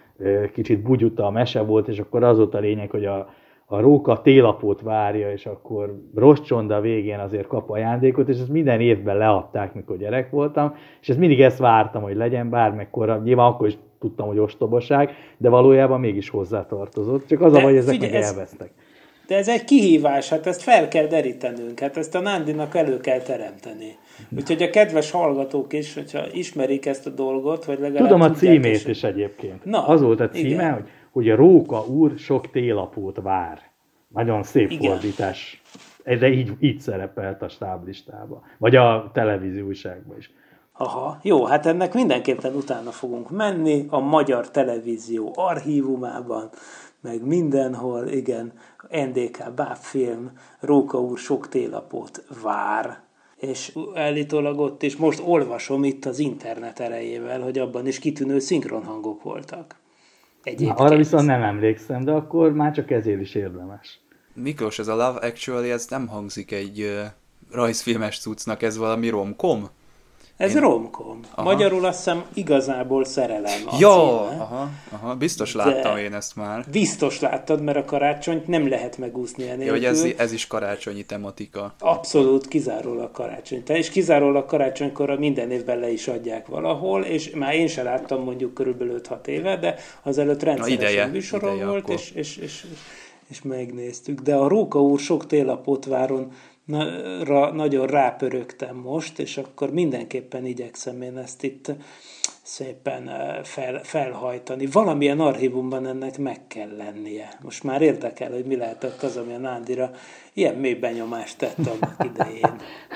kicsit bugyuta a mese volt, és akkor az volt a lényeg, hogy a, a róka télapót várja, és akkor rossz csonda végén azért kap ajándékot, és ezt minden évben leadták, mikor gyerek voltam, és ezt mindig ezt vártam, hogy legyen bármekkora, nyilván akkor is tudtam, hogy ostobaság, de valójában mégis hozzátartozott, csak az a baj, ezek meg elvesztek.
De ez egy kihívás, hát ezt fel kell derítenünk, hát ezt a Nándinak elő kell teremteni. Úgyhogy a kedves hallgatók is, hogyha ismerik ezt a dolgot, vagy legalább...
Tudom a címét is, is egyébként. Na, az volt a címe, hogy, hogy a Róka úr sok télapót vár. Nagyon szép igen. Fordítás. De így, így szerepelt a stáblistában. Vagy a televízió újságban is.
Aha, jó, hát ennek mindenképpen utána fogunk menni a Magyar Televízió archívumában, meg mindenhol, igen, en dé ká bábfilm, Róka úr sok télapót vár. és állítólag ott is, most olvasom itt az internet erejével, hogy abban is kitűnő szinkronhangok voltak.
Na, arra viszont nem emlékszem, de akkor már csak ezért is érdemes.
Miklós, ez a Love Actually, ez nem hangzik egy uh, rajzfilmes cuccnak, ez valami romkom?
Ez Én... romkom. Aha. Magyarul azt hiszem igazából szerelem a
ja,
címe.
Aha, aha, biztos láttam de én ezt már.
Biztos láttad, mert a karácsonyt nem lehet megúszni enélkül.
Ja, hogy ez, ez is karácsonyi tematika.
Abszolút kizárólag karácsony. És kizárólag karácsonykor minden évben le is adják valahol, és már én sem láttam mondjuk körülbelül öt-hat éve, de azelőtt rendszeresen műsorom volt, és, és, és, és megnéztük. De a Róka úr sok télapotváron Na, ra, nagyon rápörögtem most, és akkor mindenképpen igyekszem én ezt itt szépen fel, felhajtani. Valamilyen archívumban ennek meg kell lennie. Most már érdekel, hogy mi lehetett az, ami a Nándira ilyen mély benyomást tett annak idején.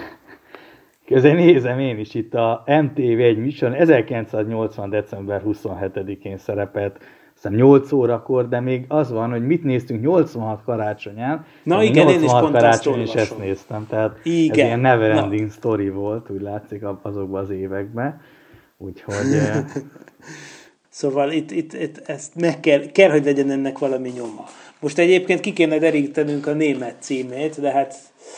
Közben nézem én is itt a em té vé egy műsor, ezerkilencszáznyolcvan. december huszonhetedikén szerepelt, aztán nyolc órakor, de még az van, hogy mit néztünk nyolcvanhat karácsonyán.
Na igen, én is pont
karácsony is ezt néztem, tehát igen. Ez ilyen never ending Na. story volt, úgy látszik azokban az években. Úgyhogy...
Szóval itt, itt, itt ezt meg kell, kell, hogy legyen ennek valami nyoma. Most egyébként ki kéne derítenünk a német címét, de hát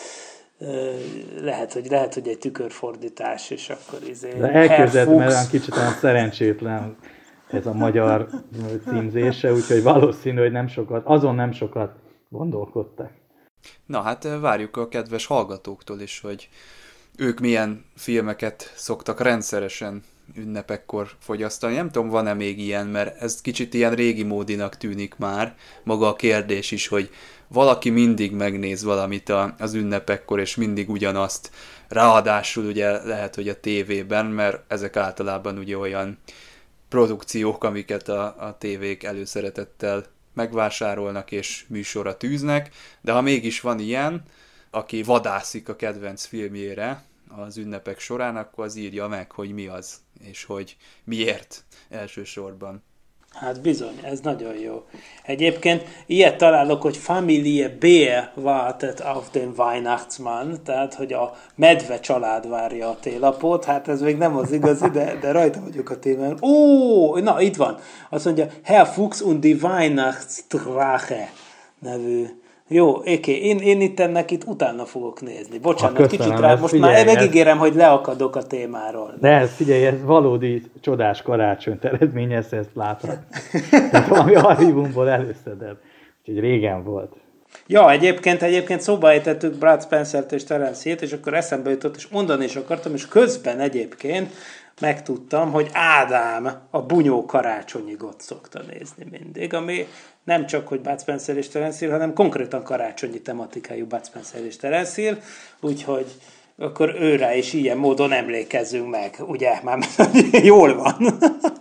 lehet, hogy, lehet, hogy egy tükörfordítás, és akkor izé...
De elkezdett, mert olyan kicsit olyan szerencsétlen ez a magyar címzése, úgyhogy valószínű, hogy nem sokat, azon nem sokat gondolkodtak.
Na hát várjuk a kedves hallgatóktól is, hogy ők milyen filmeket szoktak rendszeresen ünnepekkor fogyasztani. Nem tudom, van-e még ilyen, mert ez kicsit ilyen régi módinak tűnik már, maga a kérdés is, hogy valaki mindig megnéz valamit az ünnepekkor, és mindig ugyanazt. Ráadásul ugye lehet, hogy a tévében, mert ezek általában ugye olyan produkciók, amiket a, a tévék előszeretettel megvásárolnak és műsorra tűznek, de ha mégis van ilyen, aki vadászik a kedvenc filmjére az ünnepek során, akkor az írja meg, hogy mi az, és hogy miért elsősorban.
Hát bizony, ez nagyon jó. Egyébként ilyet találok, hogy Familie Bär wartet auf den Weihnachtsmann, tehát hogy a medve család várja a télapót, hát ez még nem az igazi, de, de rajta vagyok a témán. Ó, na itt van, azt mondja, Herr Fuchs und die Weihnachtsdrache nevű. Jó, oké, én, én itt ennek itt utána fogok nézni. Bocsánat, ha, kicsit rá, most figyelj, már megígérem, ez... hogy leakadok a témáról.
De ez, figyelj, ez valódi csodás karácsonyt eredményez, ezt látod. Tehát valami archívumból előszeded. Úgyhogy régen volt.
Ja, egyébként, egyébként szóba ejtettük Brad Spencert és Terence Hill-t, és akkor eszembe jutott, és mondani is akartam, és közben egyébként megtudtam, hogy Ádám a Bunyó karácsonyigot szokta nézni mindig, ami nem csak, hogy Bud Spencer és Terence Hill, hanem konkrétan karácsonyi tematikájú Bud Spencer és Terence Hill, úgyhogy akkor őre is ilyen módon emlékezzünk meg, ugye? Már jól van.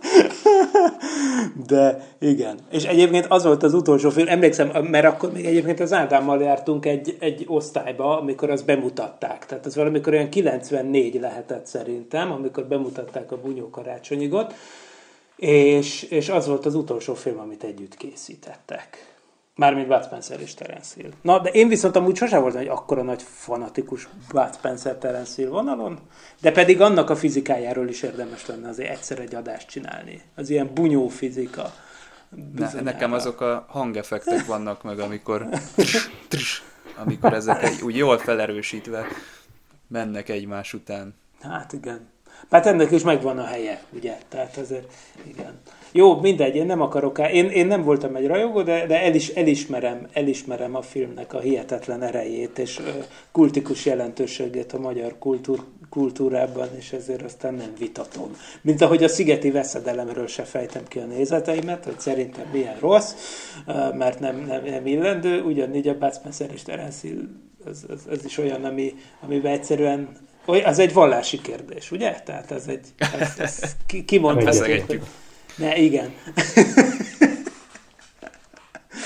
De igen. És egyébként az volt az utolsó film, emlékszem, mert akkor még egyébként az Ádámmal jártunk egy, egy osztályba, amikor azt bemutatták. Tehát ez valamikor olyan kilencvennégy lehetett szerintem, amikor bemutatták a Bunyó karácsonyigot, és, és az volt az utolsó film, amit együtt készítettek. Mármint Bud Spencer és Terence Hill. Na, de én viszont amúgy sosem voltam egy akkora nagy fanatikus Bud Spencer-Terence Hill vonalon, de pedig annak a fizikájáról is érdemes lenne azért egyszer egy adást csinálni. Az ilyen bunyó fizika.
Ne, nekem azok a hangeffektek vannak meg, amikor trs, trs, amikor ezek úgy jól felerősítve mennek egymás után.
Hát igen. Hát ennek is megvan a helye, ugye? Tehát azért, igen. Jó, mindegy, én nem akarok el, én, én nem voltam egy rajongó, de, de el is, elismerem, elismerem a filmnek a hihetetlen erejét, és ö, kultikus jelentőségét a magyar kultúr, kultúrában, és ezért aztán nem vitatom. Mint ahogy a Szigeti Veszedelemről se fejtem ki a nézeteimet, hogy szerintem milyen rossz, ö, mert nem, nem, nem illendő, ugyanígy a Bud Spencer és Terence Hill, ez, ez, ez is olyan, ami, amiben egyszerűen az egy vallási kérdés, ugye? Tehát ez egy... Ez, ez kimondható. Ne, igen.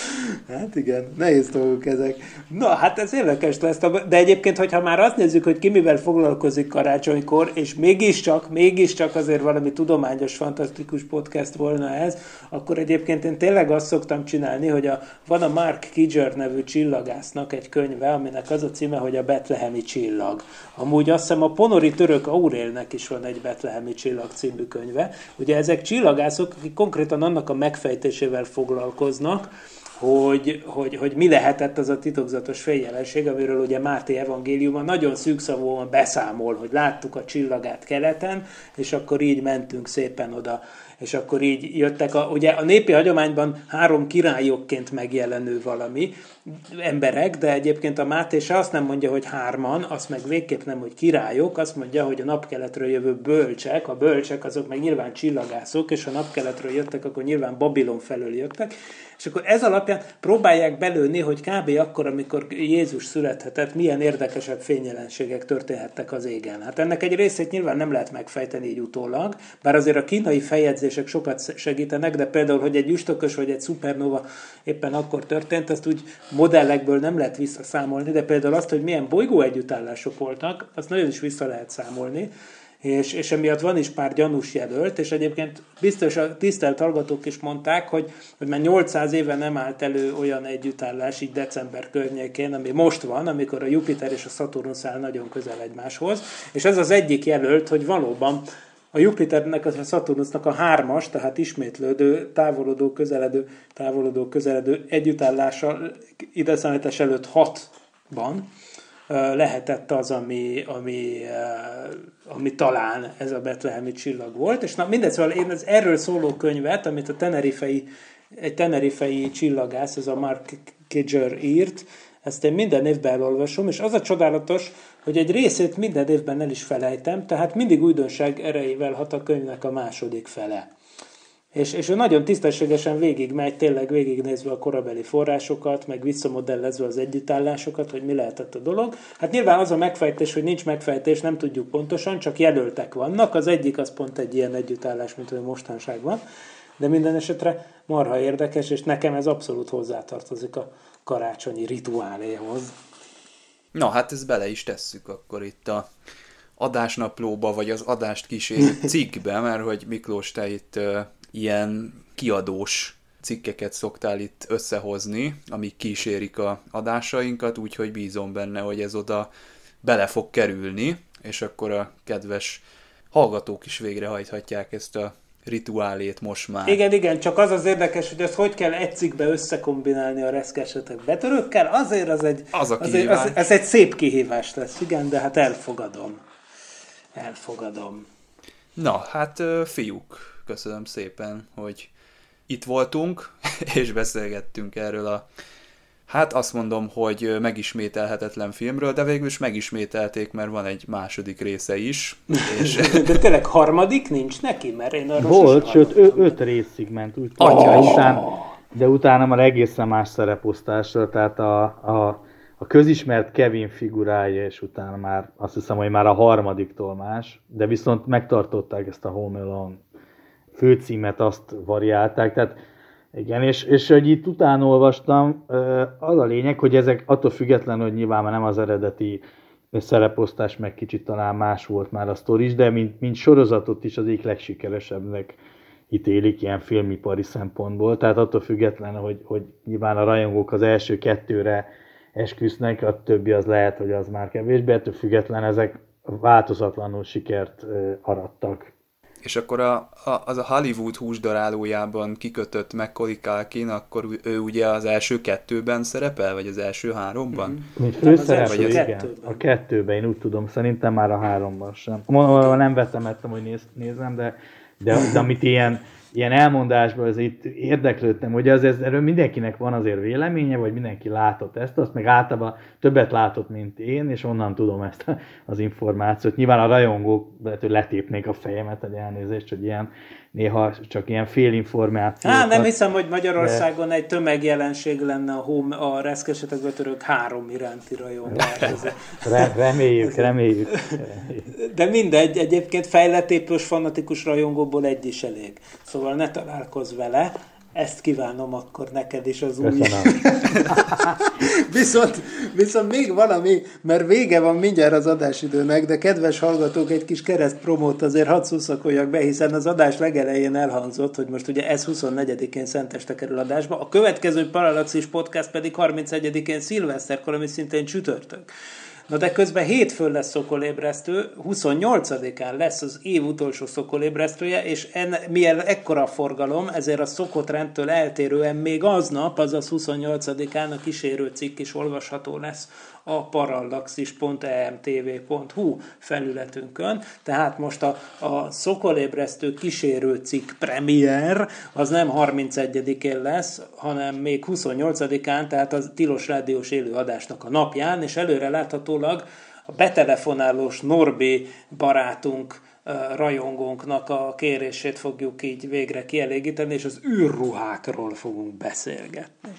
Hát igen, nehéz dolgok ezek. Na, hát ez érdekes lesz, de egyébként, hogyha már azt nézzük, hogy ki mivel foglalkozik karácsonykor, és mégiscsak, mégiscsak azért valami tudományos, fantasztikus podcast volna ez, akkor egyébként én tényleg azt szoktam csinálni, hogy a, van a Mark Kidger nevű csillagásznak egy könyve, aminek az a címe, hogy a Betlehemi csillag. Amúgy azt hiszem a ponori török Aurélnek is van egy Betlehemi csillag című könyve. Ugye ezek csillagászok, akik konkrétan annak a megfejtésével foglalkoznak, Hogy, hogy, hogy mi lehetett az a titokzatos fényjelenség, amiről ugye Máté evangéliuma nagyon szűkszavúan beszámol, hogy láttuk a csillagát keleten, és akkor így mentünk szépen oda, és akkor így jöttek, a, ugye a népi hagyományban három királyokként megjelenő valami emberek, de egyébként a Máté se azt nem mondja, hogy hárman, azt meg végképp nem, hogy királyok, azt mondja, hogy a napkeletről jövő bölcsek, a bölcsek azok meg nyilván csillagászok, és ha napkeletről jöttek, akkor nyilván Babilon felől jöttek, és akkor ez alapján próbálják belőni, hogy kb. Akkor, amikor Jézus születhetett, milyen érdekesebb fényjelenségek történhettek az égen. Hát ennek egy részét nyilván nem lehet megfejteni így utólag, bár azért a kínai feljegyzések sokat segítenek, de például, hogy egy üstökös vagy egy szupernova éppen akkor történt, azt úgy modellekből nem lehet visszaszámolni, de például azt, hogy milyen bolygó együttállások voltak, azt nagyon is vissza lehet számolni, és, és emiatt van is pár gyanús jelölt, és egyébként biztos a tisztelt hallgatók is mondták, hogy, hogy már nyolcszáz éve nem állt elő olyan együttállás, így december környékén, ami most van, amikor a Jupiter és a Szaturnusz áll nagyon közel egymáshoz, és ez az egyik jelölt, hogy valóban a Jupiternek, a Szaturnusznak a hármas, tehát ismétlődő, távolodó, közeledő, távolodó, közeledő együttállása ideszámítás előtt hatban lehetett az, ami, ami, ami talán ez a betlehemi csillag volt. És na mindegy, szóval én az erről szóló könyvet, amit a tenerifei, egy tenerifei csillagász, ez a Mark Kidger írt, ezt én minden évben elolvasom, és az a csodálatos, hogy egy részét minden évben el is felejtem, tehát mindig újdonság erejével hat a könyvnek a második fele. És, és ő nagyon tisztességesen végigmegy, tényleg végignézve a korabeli forrásokat, meg visszamodellezve az együttállásokat, hogy mi lehetett a dolog. Hát nyilván az a megfejtés, hogy nincs megfejtés, nem tudjuk pontosan, csak jelöltek vannak. Az egyik az pont egy ilyen együttállás, mint hogy mostanság van. De minden esetre marha érdekes, és nekem ez abszolút hozzátartozik a karácsonyi rituáléhoz.
Na, hát ezt bele is tesszük akkor itt a adásnaplóba, vagy az adást kísérő cikkbe, mert hogy Miklós, te itt uh, ilyen kiadós cikkeket szoktál itt összehozni, amik kísérik a adásainkat, úgyhogy bízom benne, hogy ez oda bele fog kerülni, és akkor a kedves hallgatók is végrehajthatják ezt a rituálét most már.
Igen, igen, csak az az érdekes, hogy ezt hogy kell egy cikkbe összekombinálni a reszkesetek betörőkkel, azért az egy,
az a
azért, az, ez egy szép kihívás lesz, igen, de hát elfogadom. Elfogadom.
Na, hát fiúk, köszönöm szépen, hogy itt voltunk, és beszélgettünk erről a, hát azt mondom, hogy megismételhetetlen filmről, de végül is megismételték, mert van egy második része is. És...
De tényleg harmadik nincs neki? Mert én arról
volt, sőt ö- öt részig ment. Úgy
Atya
oh. után, de utána már egészen más szereposztásra, tehát a, a, a közismert Kevin figurája, és utána már azt hiszem, hogy már a harmadiktól más, de viszont megtartották ezt a Home Alone főcímet, azt variálták, tehát igen, és, és hogy itt utána olvastam, az a lényeg, hogy ezek attól függetlenül, hogy nyilván már nem az eredeti szereposztás, meg kicsit talán más volt már a sztori is, de mint, mint sorozatot is az egyik legsikeresebbnek ítélik ilyen filmipari szempontból, tehát attól függetlenül, hogy, hogy nyilván a rajongók az első kettőre esküsznek, a többi az lehet, hogy az már kevésbé, ettől függetlenül ezek változatlanul sikert arattak.
És akkor a, a, az a Hollywood húsdarálójában kikötött Macaulay Culkin, akkor ő ugye az első kettőben szerepel, vagy az első háromban?
Mm-hmm. Mint főszereplő, igen. Kettőben. A kettőben, én úgy tudom, szerintem már a háromban sem. Mondom, nem vetemettem, hogy néz, nézem, de, de, de amit ilyen, ilyen elmondásban az itt érdeklődtem, hogy az, ez, erről mindenkinek van azért véleménye, vagy mindenki látott ezt, azt meg általában többet látott, mint én, és onnan tudom ezt az információt. Nyilván a rajongók lehet, hogy letépnék a fejemet, egy elnézést, hogy ilyen, néha csak ilyen félinformációkat.
Á, nem hiszem, hogy Magyarországon de... egy tömegjelenség lenne a, home, a reszkesetek betörők három iránti rajongás.
Re- reméljük, reméljük.
De mindegy, egyébként fejletépős fanatikus rajongóból egy is elég. Szóval ne találkozz vele. Ezt kívánom akkor neked is az új. viszont, viszont még valami, mert vége van mindjárt az adásidőnek, de kedves hallgatók, egy kis keresztpromót azért hadd szuszakoljak be, hiszen az adás legelején elhangzott, hogy most ugye ez huszonnegyedikén szenteste kerül adásba, a következő Parallaxis podcast pedig harmincegyedikén szilveszterkor, ami szintén csütörtök. Na de közben hétfőn lesz szokolébresztő, huszonnyolcadikán lesz az év utolsó szokolébresztője, és enne, milyen ekkora forgalom, ezért a szokott rendtől eltérően még aznap, azaz huszonnyolcadikán a kísérő cikk is olvasható lesz a parallaxis pont e m t v pont h u felületünkön. Tehát most a, a szokolébresztő kísérő cikk premier az nem harmincegyedikén lesz, hanem még huszonnyolcadikán, tehát a Tilos Rádiós élőadásnak a napján, és előre láthatólag a betelefonálós Norbi barátunk, rajongónknak a kérését fogjuk így végre kielégíteni, és az űrruhákról fogunk beszélgetni.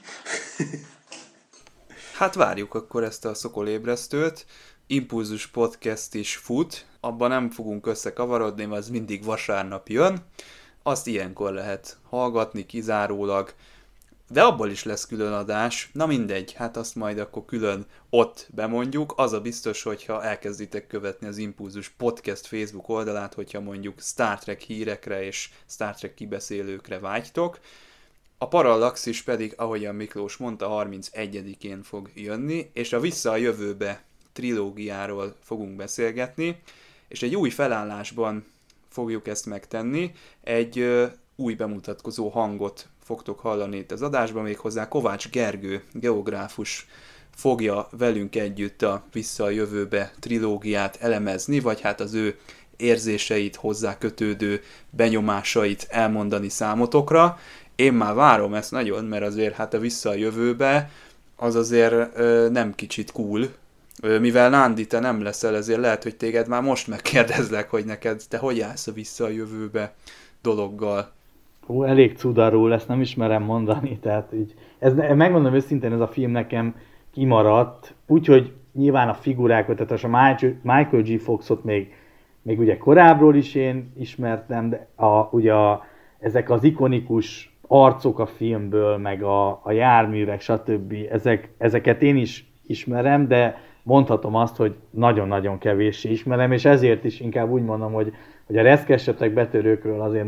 Hát várjuk akkor ezt a szokolébresztőt. Impulzus podcast is fut, abban nem fogunk összekavarodni, mert az mindig vasárnap jön. Azt ilyenkor lehet hallgatni kizárólag, de abból is lesz külön adás. Na mindegy, hát azt majd akkor külön ott bemondjuk. Az a biztos, hogyha elkezditek követni az Impulzus Podcast Facebook oldalát, hogyha mondjuk Star Trek hírekre és Star Trek kibeszélőkre vágytok. A Parallaxis pedig, ahogyan Miklós mondta, harmincegyedikén fog jönni, és a Vissza a jövőbe trilógiáról fogunk beszélgetni, és egy új felállásban fogjuk ezt megtenni. Egy ö, új bemutatkozó hangot fogtok hallani itt az adásban, méghozzá Kovács Gergő, geográfus fogja velünk együtt a Vissza a jövőbe trilógiát elemezni, vagy hát az ő érzéseit, hozzá kötődő benyomásait elmondani számotokra. Én már várom ezt nagyon, mert azért hát a Vissza a jövőbe az azért ö, nem kicsit cool. Ö, mivel Nándi, te nem leszel, ezért lehet, hogy téged már most megkérdezlek, hogy neked te hogy állsz a Vissza a jövőbe dologgal.
Ó, elég cudarul, ezt nem ismerem mondani, tehát így, ez, megmondom őszintén, ez a film nekem kimaradt, úgyhogy nyilván a figurákat, tehát a Michael G. Foxot még, még ugye korábbról is én ismertem, de a, ugye a, ezek az ikonikus arcok a filmből, meg a, a járművek, stb. Ezek, ezeket én is ismerem, de mondhatom azt, hogy nagyon-nagyon kevéssé ismerem, és ezért is inkább úgy mondom, hogy, hogy a reszkesetek betörőkről azért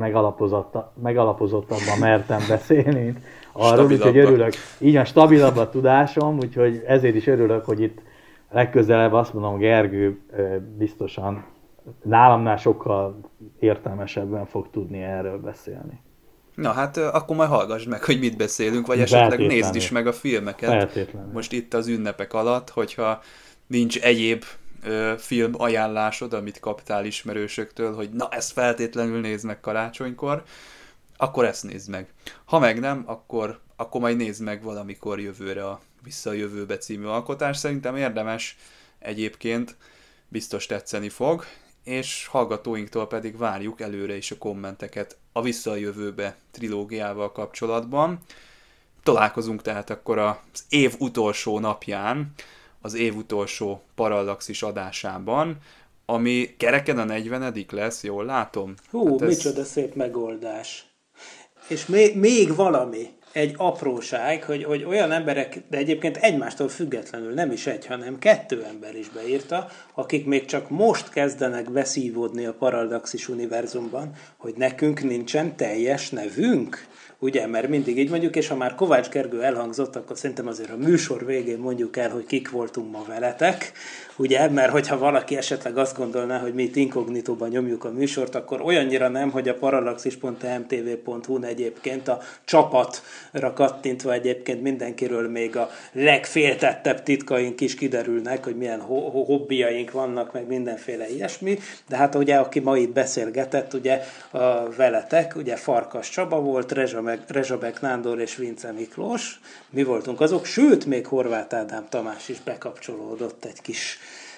megalapozottabban mertem beszélni arról, úgyhogy örülök. Így van, stabilabb a tudásom, úgyhogy ezért is örülök, hogy itt legközelebb azt mondom, Gergő biztosan nálamnál sokkal értelmesebben fog tudni erről beszélni.
Na hát akkor majd hallgassd meg, hogy mit beszélünk, vagy esetleg nézd is meg a filmeket.
Feltétlenül.
Most itt az ünnepek alatt, hogyha nincs egyéb ö, film ajánlásod, amit kaptál ismerősöktől, hogy na ezt feltétlenül nézd meg karácsonykor, akkor ezt nézd meg. Ha meg nem, akkor, akkor majd nézd meg valamikor jövőre a Vissza a jövőbe című alkotás. Szerintem érdemes egyébként, biztos tetszeni fog, és hallgatóinktól pedig várjuk előre is a kommenteket a Vissza a jövőbe trilógiával kapcsolatban. Találkozunk tehát akkor az év utolsó napján, az év utolsó Parallaxis adásában, ami kereken a negyvenedik lesz, jól látom?
Hú, hát ez... micsoda szép megoldás. És még, még valami, egy apróság, hogy, hogy olyan emberek, de egyébként egymástól függetlenül nem is egy, hanem kettő ember is beírta, akik még csak most kezdenek beszívódni a Parallaxis univerzumban, hogy nekünk nincsen teljes nevünk. Ugye, mert mindig így mondjuk, és ha már Kovács Gergő elhangzott, akkor szerintem azért a műsor végén mondjuk el, hogy kik voltunk ma veletek, ugye, mert hogyha valaki esetleg azt gondolná, hogy mi itt inkognitóban nyomjuk a műsort, akkor olyannyira nem, hogy a parallaxis pont e m t v pont h u-n egyébként a csapatra kattintva egyébként mindenkiről még a legféltettebb titkaink is kiderülnek, hogy milyen ho- hobbiaink vannak, meg mindenféle ilyesmi, de hát ugye, aki ma itt beszélgetett, ugye a veletek, ugye Farkas Csaba volt, Rezsabek Nándor és Vince Miklós, mi voltunk azok, sőt, még Horváth Ádám Tamás is bekapcsolódott egy kis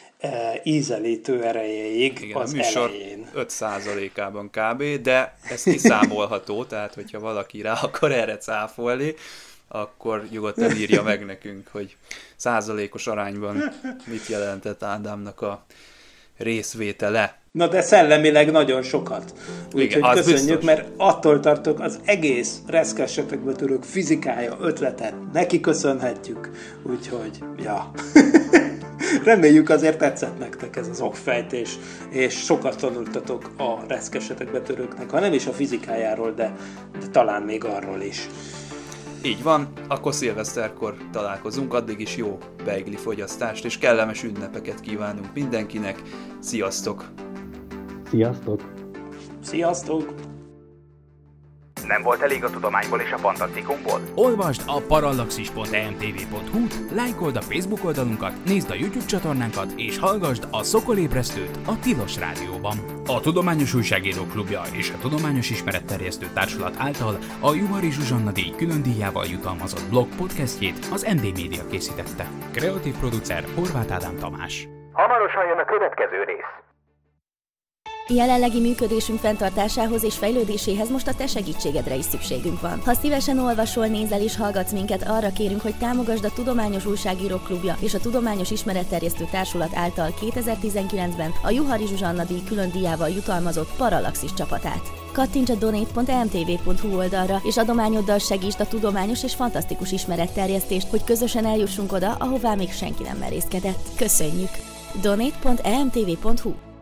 e, ízelítő erejéig. Igen, az
a műsor
elején.
öt százalékában kb, de ez kiszámolható, tehát hogyha valaki rá akar erre cáfolni, akkor nyugodtan írja meg nekünk, hogy százalékos arányban mit jelentett Ádámnak a részvétele.
Na de szellemileg nagyon sokat. Úgyhogy köszönjük, biztos. Mert attól tartok, az egész reszkessetekbe törők fizikája, ötletet neki köszönhetjük. Úgyhogy, ja. Reméljük azért tetszett nektek ez az okfejtés, és sokat tanultatok a reszkesetekbe törőknek, ha nem is a fizikájáról, de, de talán még arról is.
Így van, akkor szilveszterkor találkozunk, addig is jó beigli fogyasztást, és kellemes ünnepeket kívánunk mindenkinek. Sziasztok!
Sziasztok!
Sziasztok!
Nem volt elég a tudományból és a fantasztikumból?
Olvasd a parallaxis pont e m t v pont h u-t, lájkold a Facebook oldalunkat, nézd a YouTube csatornánkat, és hallgasd a Szokolébresztőt a Tilos Rádióban. A Tudományos Újságírók Klubja és a Tudományos Ismeretterjesztő Társulat által a Juhari Zsuzsanna díj külön díjával jutalmazott blog podcastjét az em dé Média készítette. Kreatív producer Horváth Ádám Tamás.
Hamarosan jön a következő rész.
Jelenlegi működésünk fenntartásához és fejlődéséhez most a te segítségedre is szükségünk van. Ha szívesen olvasol, nézel és hallgatsz minket, arra kérünk, hogy támogasd a Tudományos Újságírók Klubja és a Tudományos Ismeretterjesztő Társulat által kétezer-tizenkilencben a Juhari Zsuzsanna díj külön díjával jutalmazott Parallaxis csapatát. Kattints a donate pont e m t v pont h u oldalra, és adományoddal segítsd a tudományos és fantasztikus ismeretterjesztést, hogy közösen eljussunk oda, ahová még senki nem merészkedett. Köszönjük! donate pont e m t v pont h u